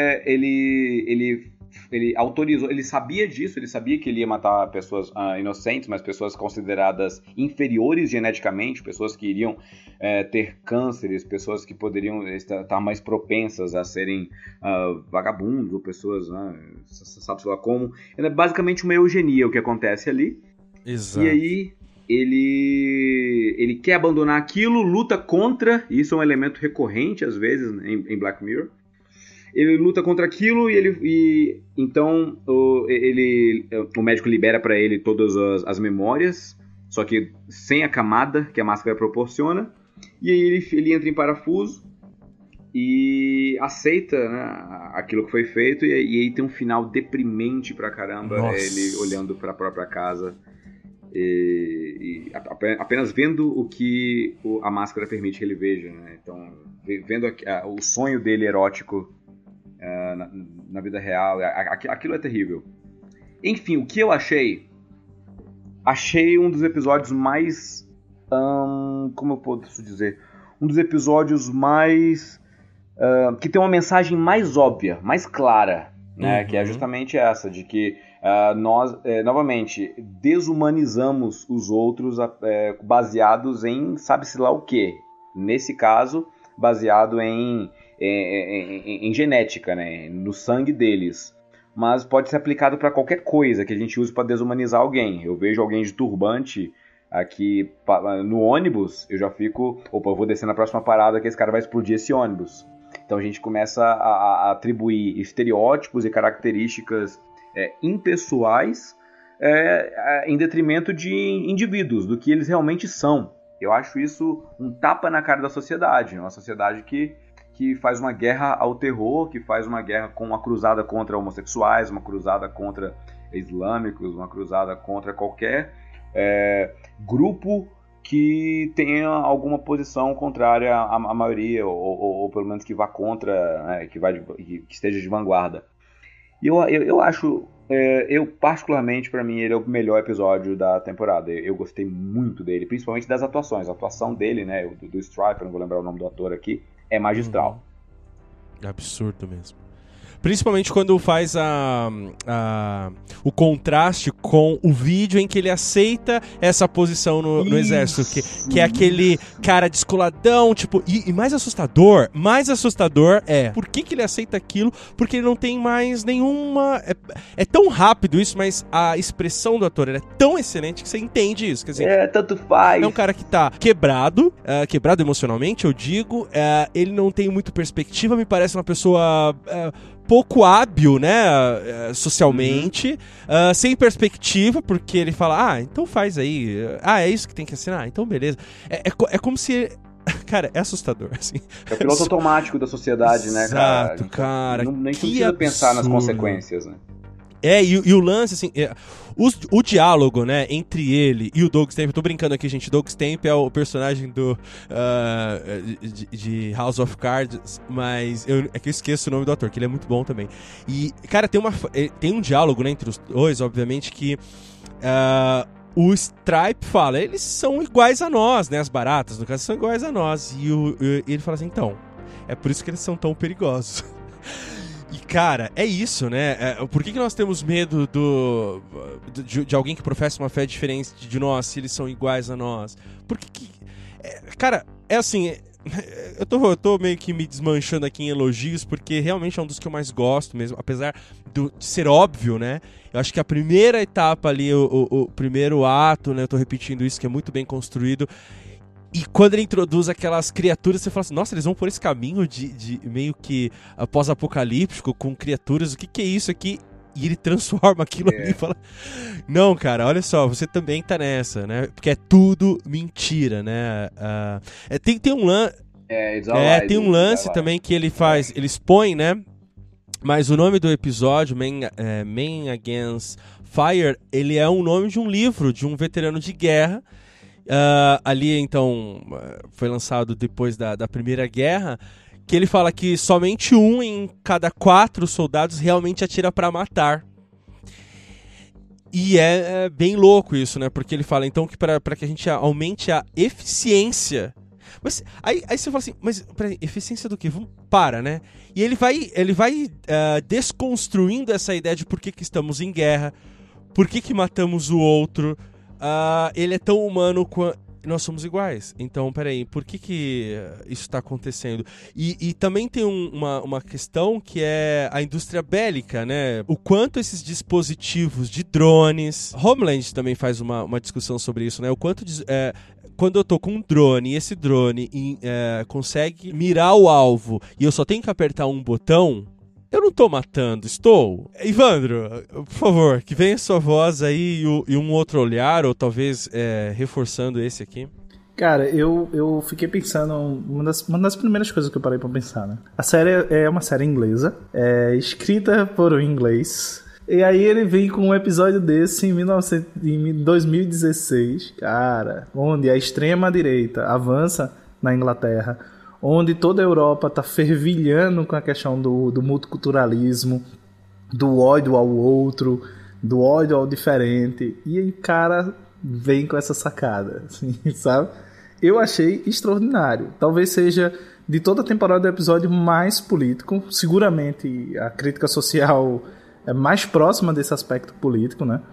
ele autorizou, ele sabia disso, ele sabia que ele ia matar pessoas inocentes, mas pessoas consideradas inferiores geneticamente, pessoas que iriam ter cânceres, pessoas que poderiam estar mais propensas a serem vagabundos, ou pessoas, sabe-se lá como. É basicamente uma eugenia o que acontece ali. Exato. E aí ele quer abandonar aquilo, luta contra, isso é um elemento recorrente às vezes em Black Mirror. Ele luta contra aquilo e então o médico libera para ele todas as memórias, só que sem a camada que a máscara proporciona. E aí ele entra em parafuso e aceita, né, aquilo que foi feito, e aí tem um final deprimente pra caramba. Nossa. Ele olhando pra própria casa e apenas vendo o que a máscara permite que ele veja, né? Então, vendo o sonho dele erótico na vida real, aquilo é terrível. Enfim, o que eu achei um dos episódios mais como eu posso dizer, um dos episódios mais que tem uma mensagem mais óbvia, mais clara, né? Que é justamente essa, de que nós, novamente, desumanizamos os outros baseados em sabe-se lá o quê. Nesse caso, baseado em genética, né? No sangue deles. Mas pode ser aplicado para qualquer coisa que a gente use para desumanizar alguém. Eu vejo alguém de turbante aqui no ônibus, eu já fico... Opa, eu vou descer na próxima parada que esse cara vai explodir esse ônibus. Então a gente começa a atribuir estereótipos e características impessoais em detrimento de indivíduos, do que eles realmente são. Eu acho isso um tapa na cara da sociedade, uma sociedade que faz uma guerra ao terror, que faz uma guerra com uma cruzada contra homossexuais, uma cruzada contra islâmicos, uma cruzada contra qualquer grupo que tenha alguma posição contrária à maioria, ou pelo menos que vá contra, né, que esteja de vanguarda. E eu acho, particularmente, pra mim, ele é o melhor episódio da temporada. Eu gostei muito dele, principalmente das atuações. A atuação dele, né, do Stripe, não vou lembrar o nome do ator aqui, é magistral. É absurdo mesmo. Principalmente quando faz o contraste com o vídeo em que ele aceita essa posição no exército. Que é aquele cara descoladão, tipo... E mais assustador é... Por que ele aceita aquilo? Porque ele não tem mais nenhuma... É tão rápido isso, mas a expressão do ator é tão excelente que você entende isso. Quer dizer, tanto faz. É um cara que tá quebrado emocionalmente, eu digo. Ele não tem muito perspectiva, me parece uma pessoa... pouco hábil, né, socialmente, sem perspectiva, porque ele fala, então faz aí, é isso que tem que assinar, então beleza. É como se... Cara, é assustador, assim. É o piloto automático da sociedade, né, cara? Exato, cara. Nem precisa pensar nas consequências, né? E o lance, assim, o diálogo, né, entre ele e o Doug Stamp, eu tô brincando aqui, gente, Doug Stamp é o personagem de House of Cards, mas é que eu esqueço o nome do ator, que ele é muito bom também. E, cara, tem um diálogo, né, entre os dois, obviamente, que o Stripe fala, eles são iguais a nós, né, as baratas, no caso, são iguais a nós, e ele fala assim, então, é por isso que eles são tão perigosos. E, cara, é isso, né? Por que nós temos medo de alguém que professa uma fé diferente de nós, se eles são iguais a nós? Porque, cara, é assim... Eu tô meio que me desmanchando aqui em elogios, porque realmente é um dos que eu mais gosto mesmo, apesar de ser óbvio, né? Eu acho que a primeira etapa ali, o primeiro ato, né? Eu tô repetindo isso, que é muito bem construído. E quando ele introduz aquelas criaturas, você fala assim, nossa, eles vão por esse caminho de meio que pós-apocalíptico, com criaturas, o que é isso aqui? E ele transforma aquilo ali e fala, não, cara, olha só, você também tá nessa, né? Porque é tudo mentira, né? Tem um lance... tem um lance também que ele faz, ele expõe, né? Mas o nome do episódio, Man Against Fire, ele é um nome de um livro, de um veterano de guerra. Ali, então, foi lançado depois da Primeira Guerra, que ele fala que somente 1 em cada 4 soldados realmente atira pra matar. E é bem louco isso, né? Porque ele fala, então, que para que a gente aumente a eficiência... Mas aí você fala assim, mas peraí, eficiência do quê? Para, né? E ele vai desconstruindo essa ideia de por que estamos em guerra, por que matamos o outro. Ele é tão humano quanto... Nós somos iguais. Então, peraí, por que isso está acontecendo? E também tem uma questão que é a indústria bélica, né? O quanto esses dispositivos de drones... Homeland também faz uma discussão sobre isso, né? O quanto... quando eu tô com um drone e esse drone consegue mirar o alvo e eu só tenho que apertar um botão... Eu não tô matando, estou? Evandro, por favor, que venha sua voz aí e um outro olhar, ou talvez reforçando esse aqui. Cara, eu fiquei pensando, uma das primeiras coisas que eu parei pra pensar, né? A série é uma série inglesa, escrita por um inglês, e aí ele vem com um episódio desse em 2016, cara, onde a extrema-direita avança na Inglaterra, onde toda a Europa está fervilhando com a questão do multiculturalismo, do ódio ao outro, do ódio ao diferente, e aí o cara vem com essa sacada, assim, sabe? Eu achei extraordinário. Talvez seja, de toda a temporada do episódio, mais político. Seguramente a crítica social é mais próxima desse aspecto político, né?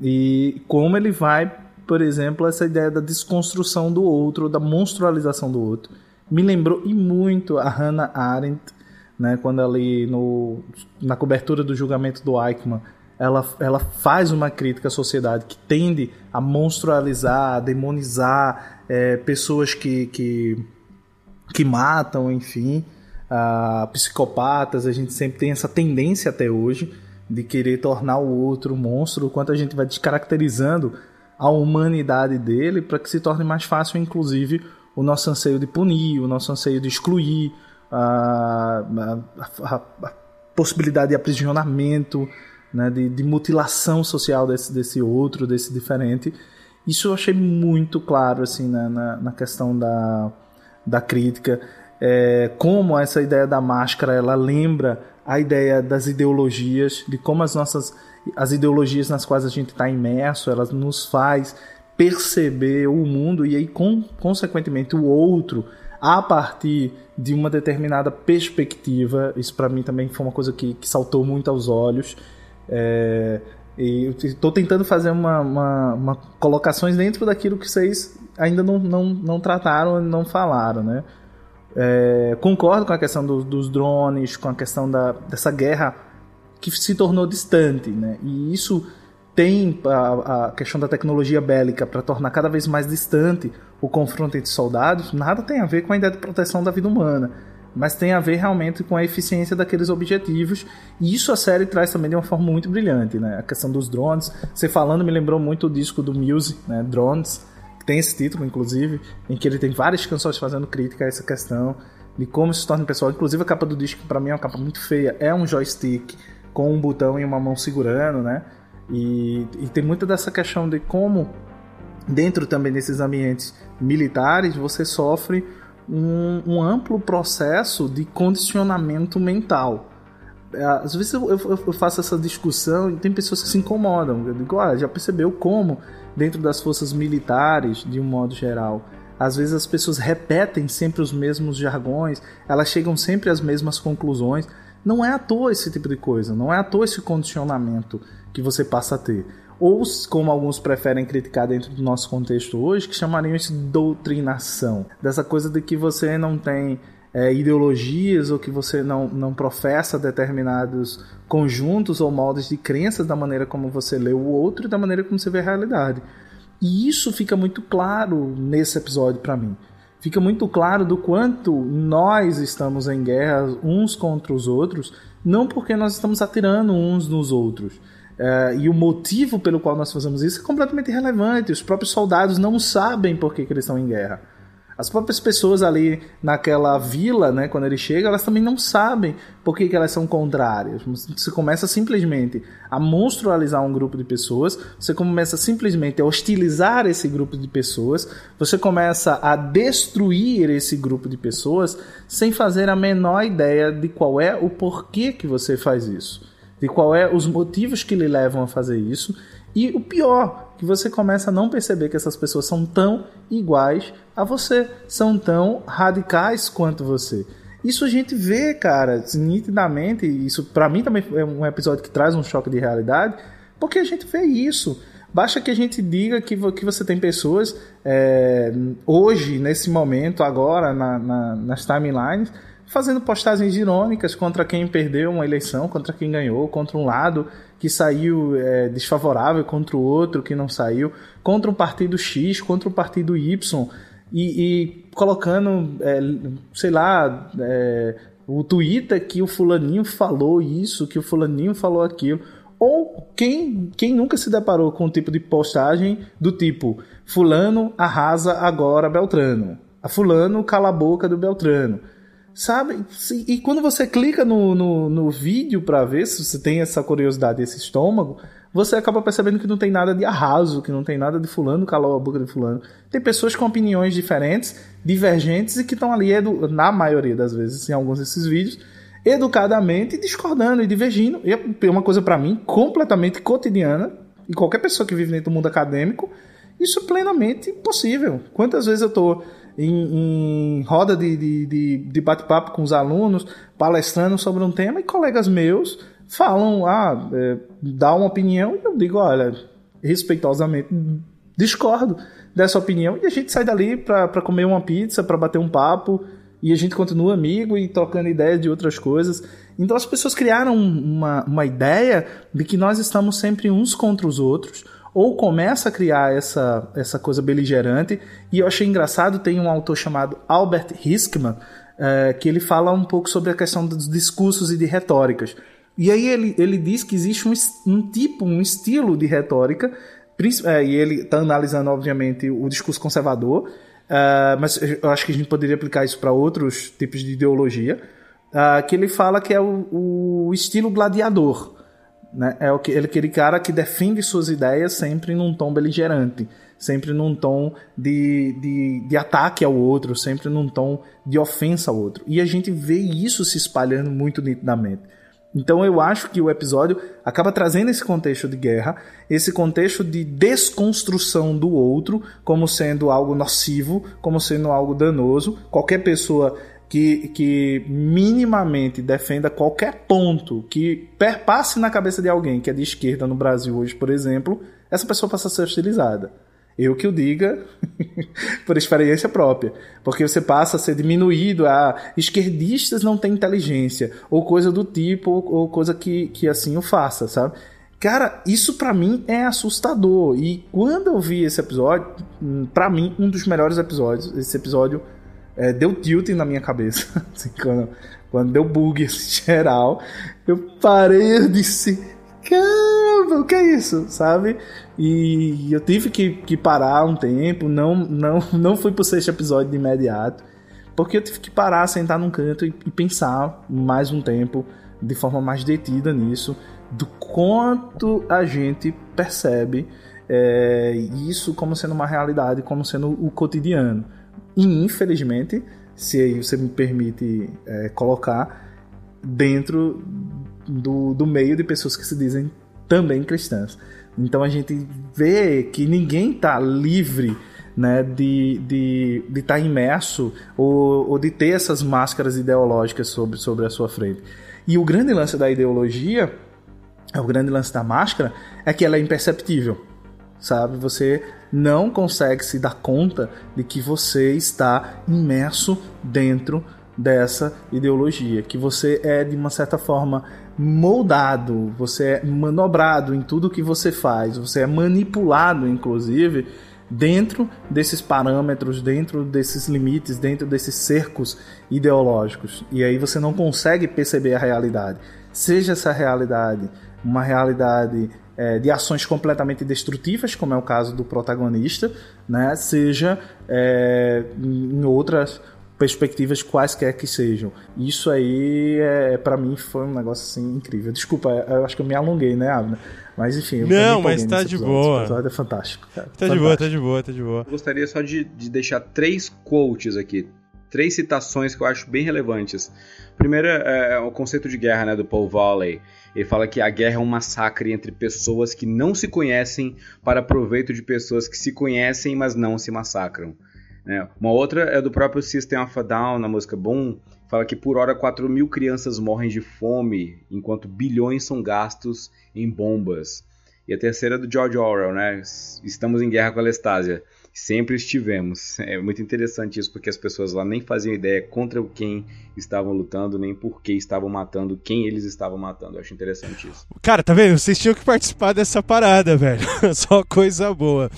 E como ele vai, por exemplo, essa ideia da desconstrução do outro, da monstrualização do outro. Me lembrou e muito a Hannah Arendt, né, quando ali na cobertura do julgamento do Eichmann, ela faz uma crítica à sociedade que tende a monstrualizar, a demonizar pessoas que matam, enfim, psicopatas. A gente sempre tem essa tendência até hoje de querer tornar o outro monstro, o quanto a gente vai descaracterizando a humanidade dele para que se torne mais fácil, inclusive, o nosso anseio de punir, o nosso anseio de excluir, a possibilidade de aprisionamento, né, de mutilação social desse outro, desse diferente. Isso eu achei muito claro assim, na questão da crítica. Como essa ideia da máscara ela lembra a ideia das ideologias, de como as ideologias nas quais a gente está imerso, elas nos faz perceber o mundo e aí, consequentemente, o outro a partir de uma determinada perspectiva. Isso para mim também foi uma coisa que saltou muito aos olhos. E estou tentando fazer uma colocações dentro daquilo que vocês ainda não trataram, não falaram, né? Concordo com a questão dos drones, com a questão dessa guerra que se tornou distante, né? E isso tem a questão da tecnologia bélica para tornar cada vez mais distante o confronto entre soldados. Nada tem a ver com a ideia de proteção da vida humana, mas tem a ver realmente com a eficiência daqueles objetivos, e isso a série traz também de uma forma muito brilhante, né? A questão dos drones, você falando me lembrou muito o disco do Muse, né? Drones, que tem esse título inclusive, em que ele tem várias canções fazendo crítica a essa questão de como isso se torna pessoal. Inclusive a capa do disco, para mim é uma capa muito feia, é um joystick com um botão e uma mão segurando, né? E tem muita dessa questão de como dentro também desses ambientes militares você sofre um amplo processo de condicionamento mental. Às vezes eu faço essa discussão e tem pessoas que se incomodam. Eu digo, já percebeu como dentro das forças militares, de um modo geral, às vezes as pessoas repetem sempre os mesmos jargões, elas chegam sempre às mesmas conclusões. Não é à toa esse tipo de coisa, não é à toa esse condicionamento que você passa a ter. Ou, como alguns preferem criticar dentro do nosso contexto hoje, que chamariam isso de doutrinação. Dessa coisa de que você não tem ideologias, ou que você não professa determinados conjuntos ou moldes de crenças da maneira como você lê o outro e da maneira como você vê a realidade. E isso fica muito claro nesse episódio para mim. Fica muito claro do quanto nós estamos em guerra uns contra os outros, não porque nós estamos atirando uns nos outros. E o motivo pelo qual nós fazemos isso é completamente irrelevante. Os próprios soldados não sabem por que eles estão em guerra. As próprias pessoas ali naquela vila, né, quando eles chegam, elas também não sabem por que elas são contrárias. Você começa simplesmente a monstrualizar um grupo de pessoas, você começa simplesmente a hostilizar esse grupo de pessoas, você começa a destruir esse grupo de pessoas sem fazer a menor ideia de qual é o porquê que você faz isso, de qual é os motivos que lhe levam a fazer isso, E o pior, que você começa a não perceber que essas pessoas são tão iguais a você, são tão radicais quanto você. Isso a gente vê, cara, nitidamente. Isso pra mim também é um episódio que traz um choque de realidade, porque a gente vê isso. Basta que a gente diga que você tem pessoas hoje, nesse momento, agora, nas timelines, fazendo postagens irônicas contra quem perdeu uma eleição, contra quem ganhou, contra um lado que saiu desfavorável, contra o outro que não saiu, contra um partido X, contra um partido Y, e colocando, sei lá, o Twitter que o fulaninho falou isso, que o fulaninho falou aquilo. Ou quem nunca se deparou com um tipo de postagem do tipo: fulano arrasa agora Beltrano, a fulano cala a boca do Beltrano, sabe? E quando você clica no vídeo para ver se você tem essa curiosidade, esse estômago, você acaba percebendo que não tem nada de arraso, que não tem nada de fulano calou a boca de fulano. Tem pessoas com opiniões diferentes, divergentes, e que estão ali, na maioria das vezes, em alguns desses vídeos, educadamente discordando e divergindo. E é uma coisa para mim completamente cotidiana, e qualquer pessoa que vive dentro do mundo acadêmico, isso é plenamente possível. Quantas vezes eu estou em roda de bate-papo com os alunos, palestrando sobre um tema, e colegas meus falam, dá uma opinião, e eu digo, olha, respeitosamente discordo dessa opinião, e a gente sai dali para comer uma pizza, para bater um papo, e a gente continua amigo e trocando ideias de outras coisas. Então as pessoas criaram uma ideia de que nós estamos sempre uns contra os outros, ou começa a criar essa coisa beligerante. E eu achei engraçado, tem um autor chamado Albert Hirschman, que ele fala um pouco sobre a questão dos discursos e de retóricas. E aí ele diz que existe um estilo de retórica, e ele está analisando, obviamente, o discurso conservador, mas eu acho que a gente poderia aplicar isso para outros tipos de ideologia, que ele fala que é o estilo gladiador, né? É aquele cara que defende suas ideias sempre num tom beligerante, sempre num tom de ataque ao outro, sempre num tom de ofensa ao outro. E a gente vê isso se espalhando muito nitidamente. Então eu acho que o episódio acaba trazendo esse contexto de guerra, esse contexto de desconstrução do outro como sendo algo nocivo, como sendo algo danoso. Qualquer pessoa que minimamente defenda qualquer ponto que perpasse na cabeça de alguém que é de esquerda no Brasil hoje, por exemplo, essa pessoa passa a ser hostilizada. Eu que o diga por experiência própria. Porque você passa a ser diminuído a esquerdistas não têm inteligência, ou coisa do tipo, ou coisa que assim o faça, sabe? Cara, isso pra mim é assustador. E quando eu vi esse episódio, pra mim, um dos melhores episódios, esse episódio deu tilt na minha cabeça. Assim, quando deu bug assim, geral, eu parei e disse: caramba, o que é isso, sabe? E eu tive que parar um tempo, não fui pro 6º episódio de imediato, porque eu tive que parar, sentar num canto e pensar mais um tempo, de forma mais detida nisso, do quanto a gente percebe isso como sendo uma realidade, como sendo o cotidiano. E infelizmente, se aí você me permite colocar, dentro do meio de pessoas que se dizem também cristãs. Então a gente vê que ninguém está livre, né, de estar imerso ou de ter essas máscaras ideológicas sobre a sua frente. E o grande lance da ideologia, o grande lance da máscara, é que ela é imperceptível, sabe? Você não consegue se dar conta de que você está imerso dentro dessa ideologia, que você é de uma certa forma moldado, você é manobrado em tudo que você faz, você é manipulado inclusive dentro desses parâmetros, dentro desses limites, dentro desses cercos ideológicos, e aí você não consegue perceber a realidade, seja essa realidade uma realidade de ações completamente destrutivas, como é o caso do protagonista, né? Seja em outras perspectivas quaisquer que sejam. Isso aí, para mim, foi um negócio assim incrível. Desculpa, eu acho que eu me alonguei, né, Abner? Mas enfim. Não, mas tá de boa. Esse episódio é fantástico. Cara. Tá de boa, tá de boa, tá de boa. Eu gostaria só de deixar 3 quotes aqui. 3 citações que eu acho bem relevantes. A primeira é o conceito de guerra, né, do Paul Valley. Ele fala que a guerra é um massacre entre pessoas que não se conhecem para proveito de pessoas que se conhecem, mas não se massacram. Uma outra é do próprio System of a Down, na música Boom, fala que por hora 4.000 crianças morrem de fome, enquanto bilhões são gastos em bombas. E a terceira é do George Orwell, né? Estamos em guerra com a Lestásia. Sempre estivemos. É muito interessante isso, porque as pessoas lá nem faziam ideia contra quem estavam lutando, nem por que estavam matando, quem eles estavam matando. Eu acho interessante isso. Cara, tá vendo? Vocês tinham que participar dessa parada, velho. Só coisa boa.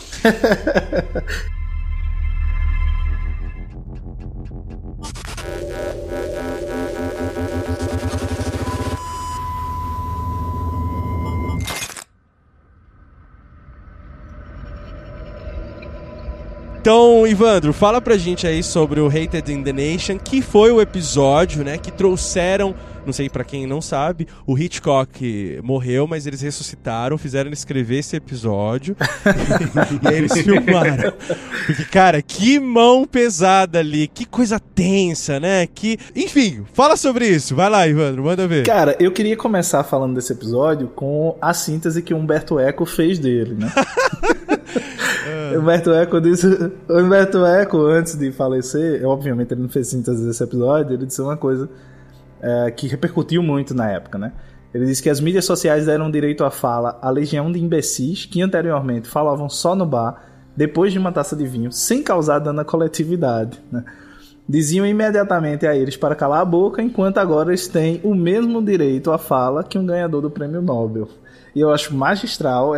Então, Ivandro, fala pra gente aí sobre o Hated in the Nation, que foi o episódio, né, que trouxeram, não sei pra quem não sabe, o Hitchcock morreu, mas eles ressuscitaram, fizeram ele escrever esse episódio e aí eles filmaram. Porque, cara, que mão pesada ali, que coisa tensa, né? Enfim, fala sobre isso. Vai lá, Ivandro, manda ver. Cara, eu queria começar falando desse episódio com a síntese que o Umberto Eco fez dele, né? Umberto Eco, antes de falecer, obviamente ele não fez síntese desse episódio, ele disse uma coisa que repercutiu muito na época, né? Ele disse que as mídias sociais deram direito à fala à legião de imbecis que anteriormente falavam só no bar, depois de uma taça de vinho, sem causar dano à coletividade, né? Diziam imediatamente a eles para calar a boca, enquanto agora eles têm o mesmo direito à fala que um ganhador do prêmio Nobel. E eu acho magistral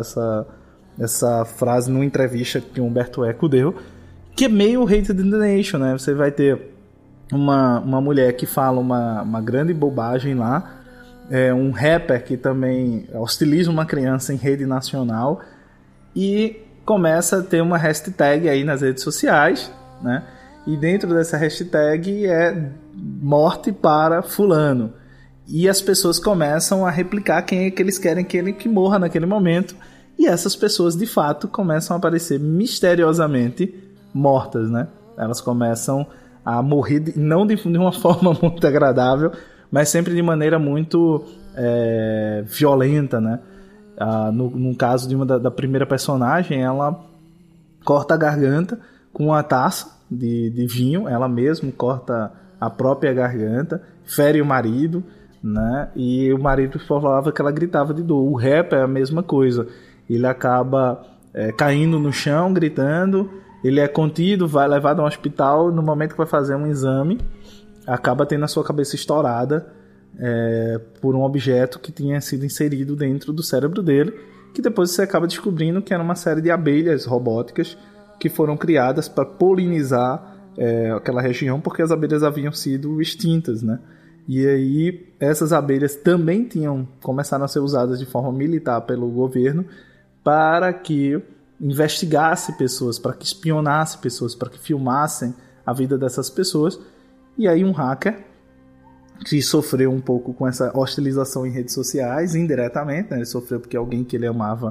essa frase numa entrevista que o Umberto Eco deu, que é meio Hated in the Nation, né? Você vai ter uma mulher que fala uma grande bobagem lá, um rapper que também hostiliza uma criança em rede nacional e começa a ter uma hashtag aí nas redes sociais, né? E dentro dessa hashtag é morte para fulano. E as pessoas começam a replicar quem é que eles querem que morra naquele momento. E essas pessoas, de fato, começam a aparecer misteriosamente mortas, né? Elas começam a morrer, não de uma forma muito agradável, mas sempre de maneira muito violenta, né? No caso da primeira personagem, ela corta a garganta com uma taça de vinho, ela mesma corta a própria garganta, fere o marido, né? E o marido falava que ela gritava de dor. O rap é a mesma coisa. Ele acaba caindo no chão, gritando, ele é contido, vai levado a um hospital, no momento que vai fazer um exame, acaba tendo a sua cabeça estourada por um objeto que tinha sido inserido dentro do cérebro dele, que depois você acaba descobrindo que era uma série de abelhas robóticas que foram criadas para polinizar aquela região, porque as abelhas haviam sido extintas, né? E aí essas abelhas também começaram a ser usadas de forma militar pelo governo para que investigasse pessoas, para que espionasse pessoas, para que filmassem a vida dessas pessoas. E aí um hacker que sofreu um pouco com essa hostilização em redes sociais, indiretamente, né? Ele sofreu porque alguém que ele amava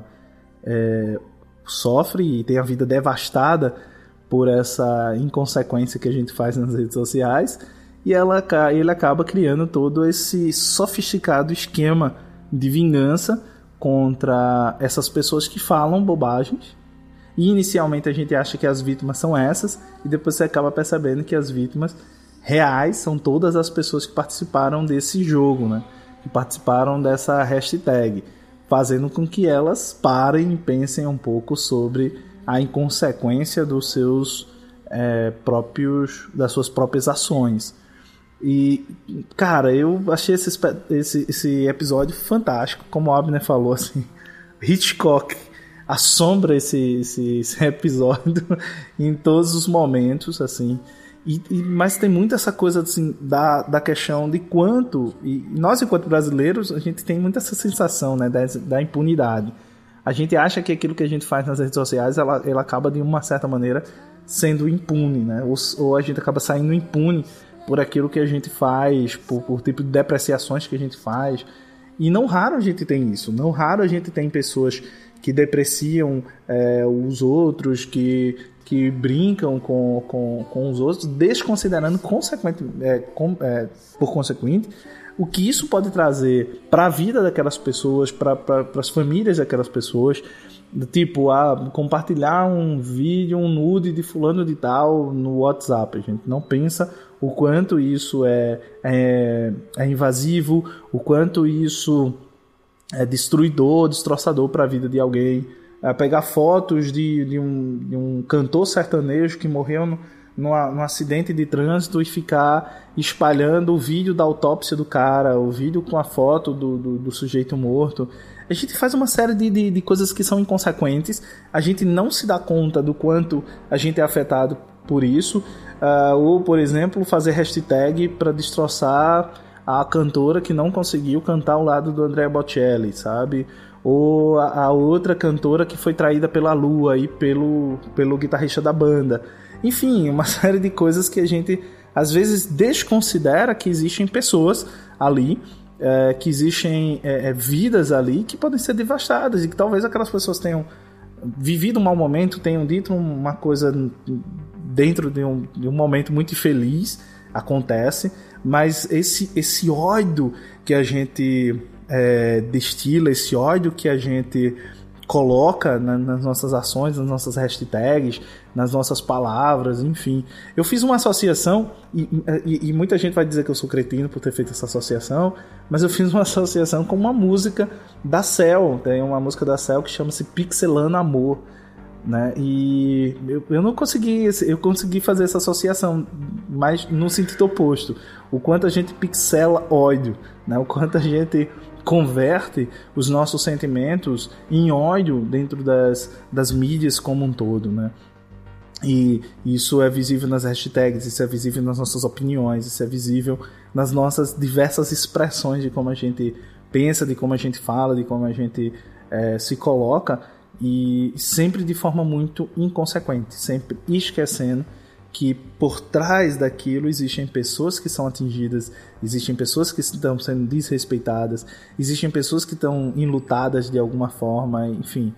sofre e tem a vida devastada por essa inconsequência que a gente faz nas redes sociais. E ele acaba criando todo esse sofisticado esquema de vingança contra essas pessoas que falam bobagens. E inicialmente a gente acha que as vítimas são essas, e depois você acaba percebendo que as vítimas reais são todas as pessoas que participaram desse jogo, né? Que participaram dessa hashtag, fazendo com que elas parem e pensem um pouco sobre a inconsequência dos seus das suas próprias ações. E, cara, eu achei esse episódio fantástico. Como o Abner falou, assim, Hitchcock assombra esse episódio em todos os momentos, assim. Mas tem muito essa coisa, assim, da questão de quanto... E nós, enquanto brasileiros, a gente tem muito essa sensação, né, da impunidade. A gente acha que aquilo que a gente faz nas redes sociais, ela acaba, de uma certa maneira, sendo impune, né? Ou a gente acaba saindo impune por aquilo que a gente faz, por tipo de depreciações que a gente faz. E não raro a gente tem isso. Não raro a gente tem pessoas que depreciam os outros, que que brincam com os outros, desconsiderando por consequente o que isso pode trazer para a vida daquelas pessoas, para as famílias daquelas pessoas. Tipo, compartilhar um vídeo, um nude de fulano de tal no WhatsApp. A gente não pensa o quanto isso é invasivo, o quanto isso é destruidor, destroçador para a vida de alguém. Pegar fotos de um cantor sertanejo que morreu num acidente de trânsito e ficar espalhando o vídeo da autópsia do cara, o vídeo com a foto do sujeito morto. A gente faz uma série de coisas que são inconsequentes, a gente não se dá conta do quanto a gente é afetado por isso, ou, por exemplo, fazer hashtag para destroçar a cantora que não conseguiu cantar ao lado do Andrea Bocelli, sabe? Ou a outra cantora que foi traída pela Lua e pelo guitarrista da banda. Enfim, uma série de coisas que a gente às vezes desconsidera que existem pessoas ali, que existem vidas ali que podem ser devastadas e que talvez aquelas pessoas tenham vivido um mau momento, tenham dito uma coisa dentro de um momento muito infeliz, acontece, mas esse ódio que a gente destila, esse ódio que a gente coloca nas nossas ações, nas nossas hashtags, nas nossas palavras, enfim. Eu fiz uma associação, e muita gente vai dizer que eu sou cretino por ter feito essa associação, mas eu fiz uma associação com uma música da Cell. Tem uma música da Cell que chama-se Pixelando Amor, né? E eu não consegui, eu consegui fazer essa associação, mas no sentido oposto. O quanto a gente pixela ódio, né? O quanto a gente converte os nossos sentimentos em ódio dentro das mídias como um todo, né? E isso é visível nas hashtags, isso é visível nas nossas opiniões, isso é visível nas nossas diversas expressões de como a gente pensa, de como a gente fala, de como a gente se coloca, e sempre de forma muito inconsequente, sempre esquecendo que por trás daquilo existem pessoas que são atingidas, existem pessoas que estão sendo desrespeitadas, existem pessoas que estão enlutadas de alguma forma, enfim.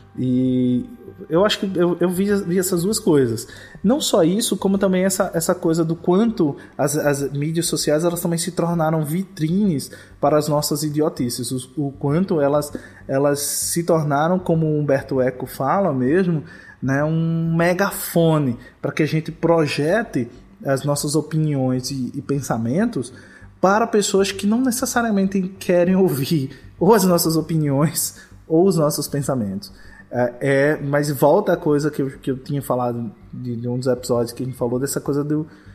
E eu acho que eu vi essas duas coisas. Não só isso, como também essa coisa do quanto as mídias sociais elas também se tornaram vitrines para as nossas idiotices. O quanto elas se tornaram, como o Humberto Eco fala mesmo, né, um megafone para que a gente projete as nossas opiniões e pensamentos para pessoas que não necessariamente querem ouvir ou as nossas opiniões ou os nossos pensamentos. Mas volta a coisa que eu tinha falado de um dos episódios que a gente falou dessa coisa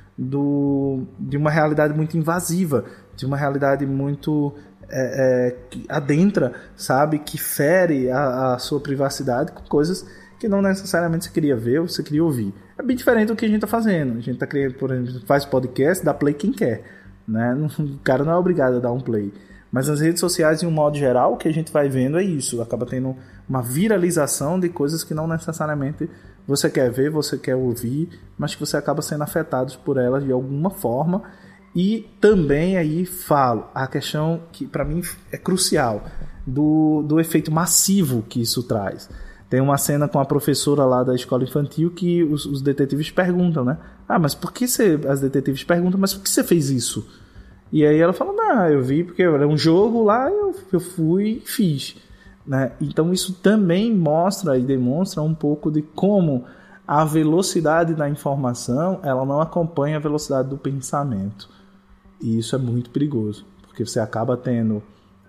de uma realidade muito invasiva, de uma realidade muito que adentra, sabe, que fere a sua privacidade com coisas que não necessariamente você queria ver ou você queria ouvir. É bem diferente do que a gente está fazendo. A gente está criando, por exemplo, faz podcast, dá play quem quer, né? O cara não é obrigado a dar um play. Mas nas redes sociais, de um modo geral, o que a gente vai vendo é isso. Acaba tendo uma viralização de coisas que não necessariamente você quer ver, você quer ouvir, mas que você acaba sendo afetado por elas de alguma forma. E também aí falo a questão que para mim é crucial do efeito massivo que isso traz. Tem uma cena com a professora lá da escola infantil que os detetives perguntam, né? Mas por que as detetives perguntam, mas por que você fez isso? E aí ela fala, não, eu vi porque era um jogo lá, eu fui e fiz, né? Então isso também mostra e demonstra um pouco de como a velocidade da informação ela não acompanha a velocidade do pensamento. E isso é muito perigoso, porque você acaba tendo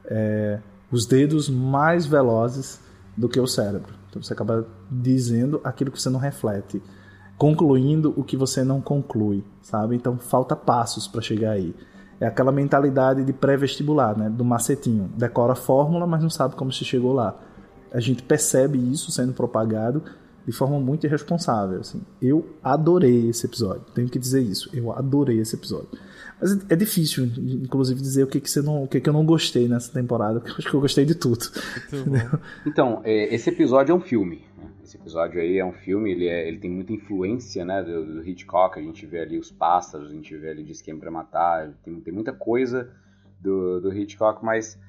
os dedos mais velozes do que o cérebro. Então você acaba dizendo aquilo que você não reflete, concluindo o que você não conclui, sabe? Então falta passos para chegar aí. É aquela mentalidade de pré-vestibular, né? Do macetinho. Decora a fórmula, mas não sabe como se chegou lá. A gente percebe isso sendo propagado de forma muito irresponsável. Assim. Eu adorei esse episódio. Tenho que dizer isso. Eu adorei esse episódio. Mas é difícil, inclusive, dizer o que eu não gostei nessa temporada, porque eu acho que eu gostei de tudo. Então, esse episódio é um filme. Né? Esse episódio aí é um filme, ele tem muita influência, né, do Hitchcock. A gente vê ali os pássaros, a gente vê ali de Esquema pra Matar, tem muita coisa do Hitchcock, mas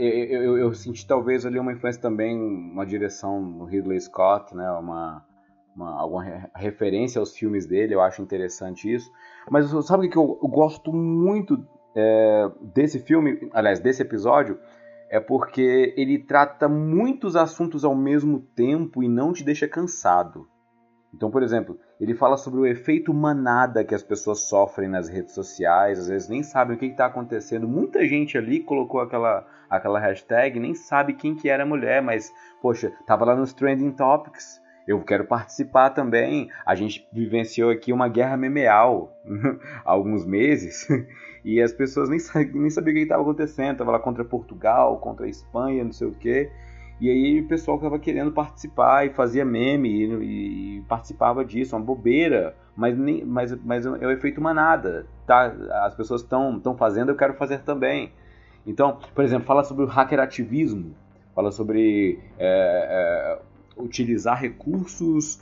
eu senti talvez ali uma influência também, uma direção no Ridley Scott, né, uma alguma referência aos filmes dele, eu acho interessante isso. Mas sabe o que eu gosto muito desse filme, aliás, desse episódio? É porque ele trata muitos assuntos ao mesmo tempo e não te deixa cansado. Então, por exemplo, ele fala sobre o efeito manada que as pessoas sofrem nas redes sociais, às vezes nem sabem o que está acontecendo. Muita gente ali colocou aquela hashtag, nem sabe quem que era a mulher, mas, poxa, tava lá nos Trending Topics, eu quero participar também. A gente vivenciou aqui uma guerra memeal há alguns meses, e as pessoas nem sabiam o que estava acontecendo, estava lá contra Portugal, contra a Espanha, não sei o quê. E aí o pessoal estava querendo participar e fazia meme e participava disso, uma bobeira, mas é o efeito manada, tá? As pessoas estão fazendo, eu quero fazer também. Então, por exemplo, fala sobre o hackerativismo, fala sobre utilizar recursos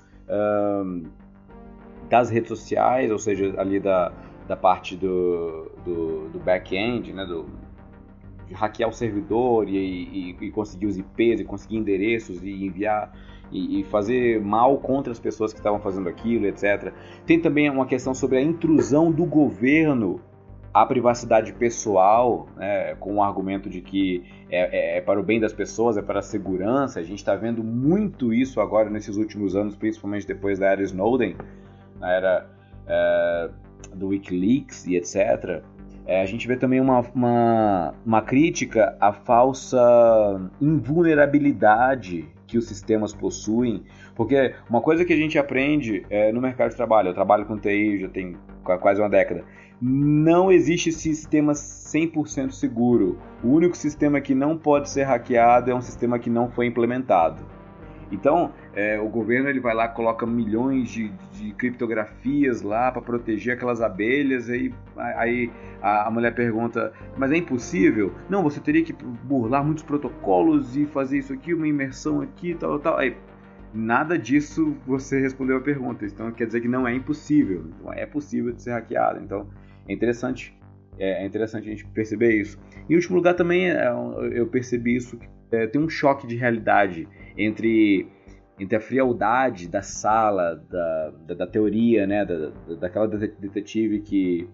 das redes sociais, ou seja, ali da parte do back-end, né, de hackear o servidor e conseguir os IPs, e conseguir endereços e enviar e fazer mal contra as pessoas que estavam fazendo aquilo, etc. Tem também uma questão sobre a intrusão do governo à privacidade pessoal, né, com o argumento de que é para o bem das pessoas, é para a segurança. A gente está vendo muito isso agora nesses últimos anos, principalmente depois da era Snowden, na era do Wikileaks e etc. A gente vê também uma crítica à falsa invulnerabilidade que os sistemas possuem, porque uma coisa que a gente aprende no mercado de trabalho, eu trabalho com TI já tem quase uma década, não existe sistema 100% seguro. O único sistema que não pode ser hackeado é um sistema que não foi implementado. Então, o governo ele vai lá, coloca milhões de criptografias lá para proteger aquelas abelhas, aí a mulher pergunta, mas é impossível? Não, você teria que burlar muitos protocolos e fazer isso aqui, uma imersão aqui, tal. Aí, nada disso você respondeu a pergunta, então quer dizer que não é impossível, então é possível de ser hackeado. Então, é interessante a gente perceber isso. Em último lugar também, eu percebi isso, tem um choque de realidade entre a frialdade da sala, da teoria, né, daquela detetive que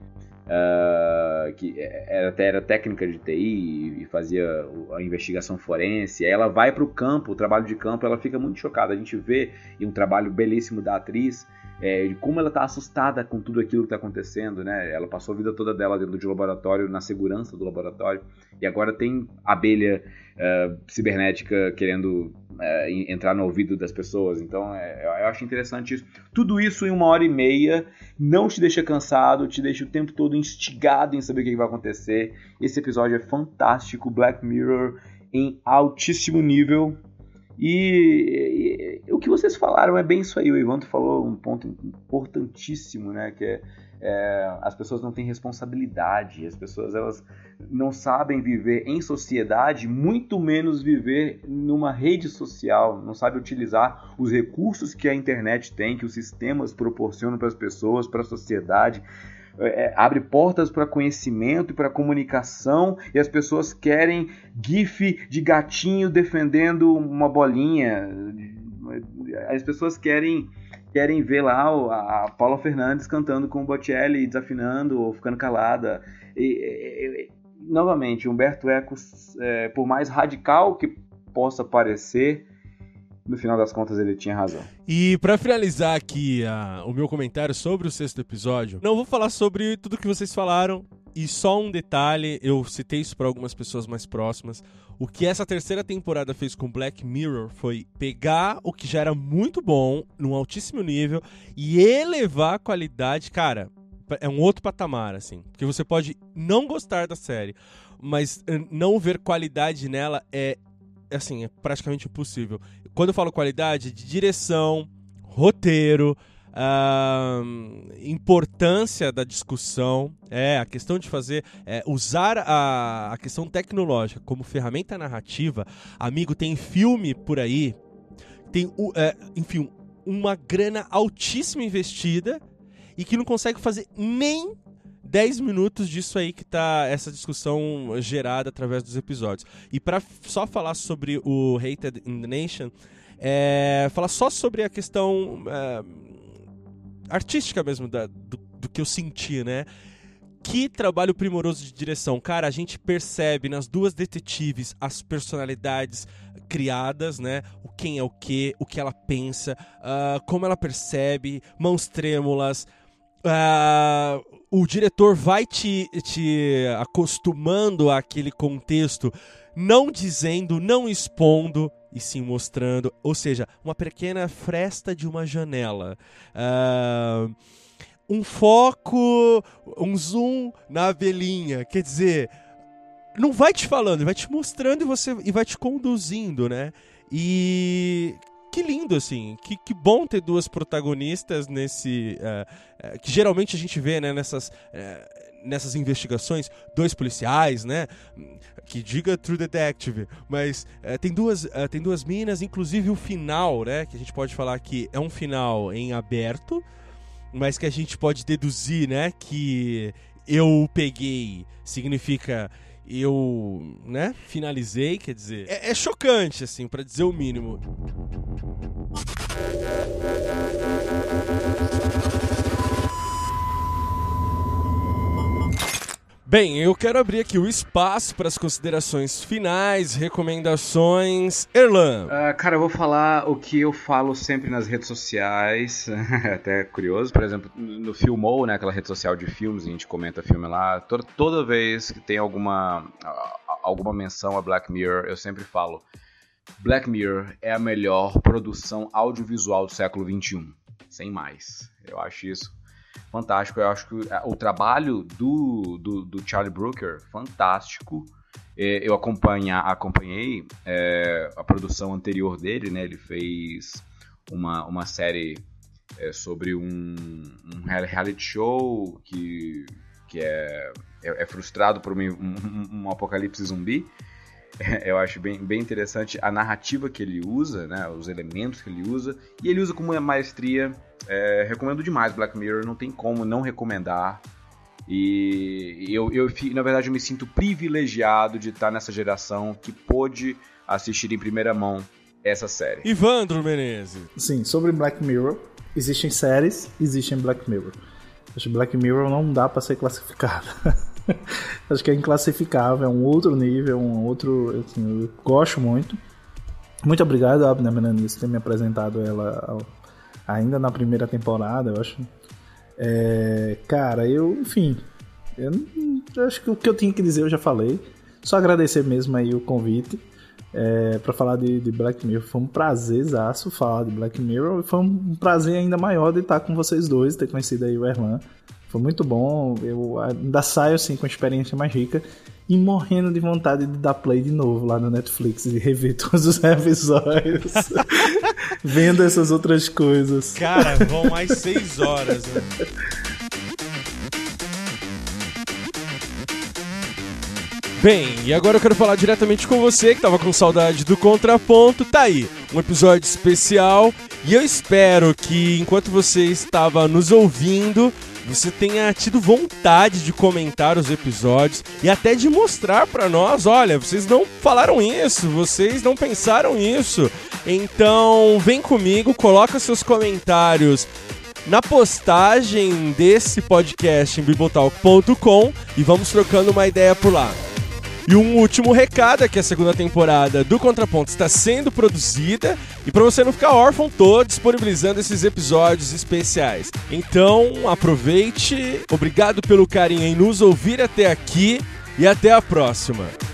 era técnica de TI e fazia a investigação forense. Aí ela vai para o campo, o trabalho de campo, ela fica muito chocada. A gente vê um trabalho belíssimo da atriz, de como ela está assustada com tudo aquilo que está acontecendo, né? Ela passou a vida toda dela dentro de laboratório, na segurança do laboratório, e agora tem abelha cibernética querendo entrar no ouvido das pessoas. Então eu acho interessante isso. Tudo isso em 1h30 não te deixa cansado, te deixa o tempo todo instigado em saber o que vai acontecer. Esse episódio é fantástico, Black Mirror em altíssimo nível. E o que vocês falaram é bem isso aí. O Ivanto falou um ponto importantíssimo, né? Que as pessoas não têm responsabilidade, as pessoas elas não sabem viver em sociedade, muito menos viver numa rede social, não sabem utilizar os recursos que a internet tem, que os sistemas proporcionam para as pessoas, para a sociedade. Abre portas para conhecimento e para comunicação, e as pessoas querem gif de gatinho defendendo uma bolinha. As pessoas querem ver lá a Paula Fernandes cantando com o Bocelli, desafinando ou ficando calada. Novamente, Humberto Eco, por mais radical que possa parecer, no final das contas ele tinha razão. E pra finalizar aqui o meu comentário sobre o 6º episódio, não vou falar sobre tudo que vocês falaram, e só um detalhe, eu citei isso pra algumas pessoas mais próximas. O que essa 3ª temporada fez com Black Mirror foi pegar o que já era muito bom, num altíssimo nível, e elevar a qualidade. Cara, é um outro patamar, assim, porque você pode não gostar da série, mas não ver qualidade nela é praticamente impossível. Quando eu falo qualidade, de direção, roteiro, importância da discussão, a questão de fazer, usar a questão tecnológica como ferramenta narrativa. Amigo, tem filme por aí, tem, enfim, uma grana altíssima investida e que não consegue fazer nem 10 minutos disso aí que tá essa discussão gerada através dos episódios. E para só falar sobre o Hated in the Nation, falar só sobre a questão artística mesmo do que eu senti, né? Que trabalho primoroso de direção. Cara, a gente percebe nas duas detetives as personalidades criadas, né? O quem é o que ela pensa, como ela percebe, mãos trêmulas. O diretor vai te acostumando àquele contexto, não dizendo, não expondo, e sim mostrando. Ou seja, uma pequena fresta de uma janela. Um foco, um zoom na abelhinha. Quer dizer, não vai te falando, vai te mostrando e vai te conduzindo, né? E que lindo, assim. Que bom ter duas protagonistas nesse... que geralmente a gente vê, né, nessas investigações, dois policiais, né? Que diga True Detective. Mas tem duas minas, inclusive o final, né? Que a gente pode falar que é um final em aberto, mas que a gente pode deduzir, né, que eu peguei significa eu, né, finalizei, quer dizer... É chocante, assim, pra dizer o mínimo. Bem, eu quero abrir aqui o espaço para as considerações finais, recomendações. Erlan. Cara, eu vou falar o que eu falo sempre nas redes sociais, até curioso. Por exemplo, no Filmou, né, aquela rede social de filmes, a gente comenta filme lá. Toda vez que tem alguma menção a Black Mirror, eu sempre falo: Black Mirror é a melhor produção audiovisual do século XXI. Sem mais. Eu acho isso fantástico. Eu acho que o trabalho do Charlie Brooker, fantástico. Eu acompanhei a produção anterior dele, né? Ele fez uma série sobre um reality show que é frustrado por um apocalipse zumbi. Eu acho bem interessante a narrativa que ele usa, né? Os elementos que ele usa, e ele usa com uma maestria. Recomendo demais Black Mirror, não tem como não recomendar. E na verdade eu me sinto privilegiado de estar nessa geração que pôde assistir em primeira mão essa série. Ivandro Menezes. Sim, sobre Black Mirror, existem séries, existem Black Mirror. Acho que Black Mirror não dá pra ser classificado. Acho que é inclassificável, é um outro nível, assim, eu gosto muito. Muito obrigado, Abner Menezes, por ter me apresentado ela ainda na primeira temporada, eu acho. Cara, eu acho que o que eu tinha que dizer eu já falei. Só agradecer mesmo aí o convite pra falar de Black Mirror. Foi um prazerzaço falar de Black Mirror, e foi um prazer ainda maior de estar com vocês dois, ter conhecido aí o Erlan. Foi muito bom, eu ainda saio assim com a experiência mais rica e morrendo de vontade de dar play de novo lá no Netflix e rever todos os episódios, vendo essas outras coisas. Cara, vão mais 6 horas, né? Bem, e agora eu quero falar diretamente com você que tava com saudade do Contraponto. Tá aí, um episódio especial, e eu espero que enquanto você estava nos ouvindo, você tenha tido vontade de comentar os episódios e até de mostrar pra nós: olha, vocês não falaram isso, vocês não pensaram isso. Então vem comigo, coloca seus comentários na postagem desse podcast em bibotalk.com e vamos trocando uma ideia por lá. E um último recado é que a segunda temporada do Contraponto está sendo produzida, e para você não ficar órfão, tô disponibilizando esses episódios especiais. Então aproveite, obrigado pelo carinho em nos ouvir até aqui e até a próxima.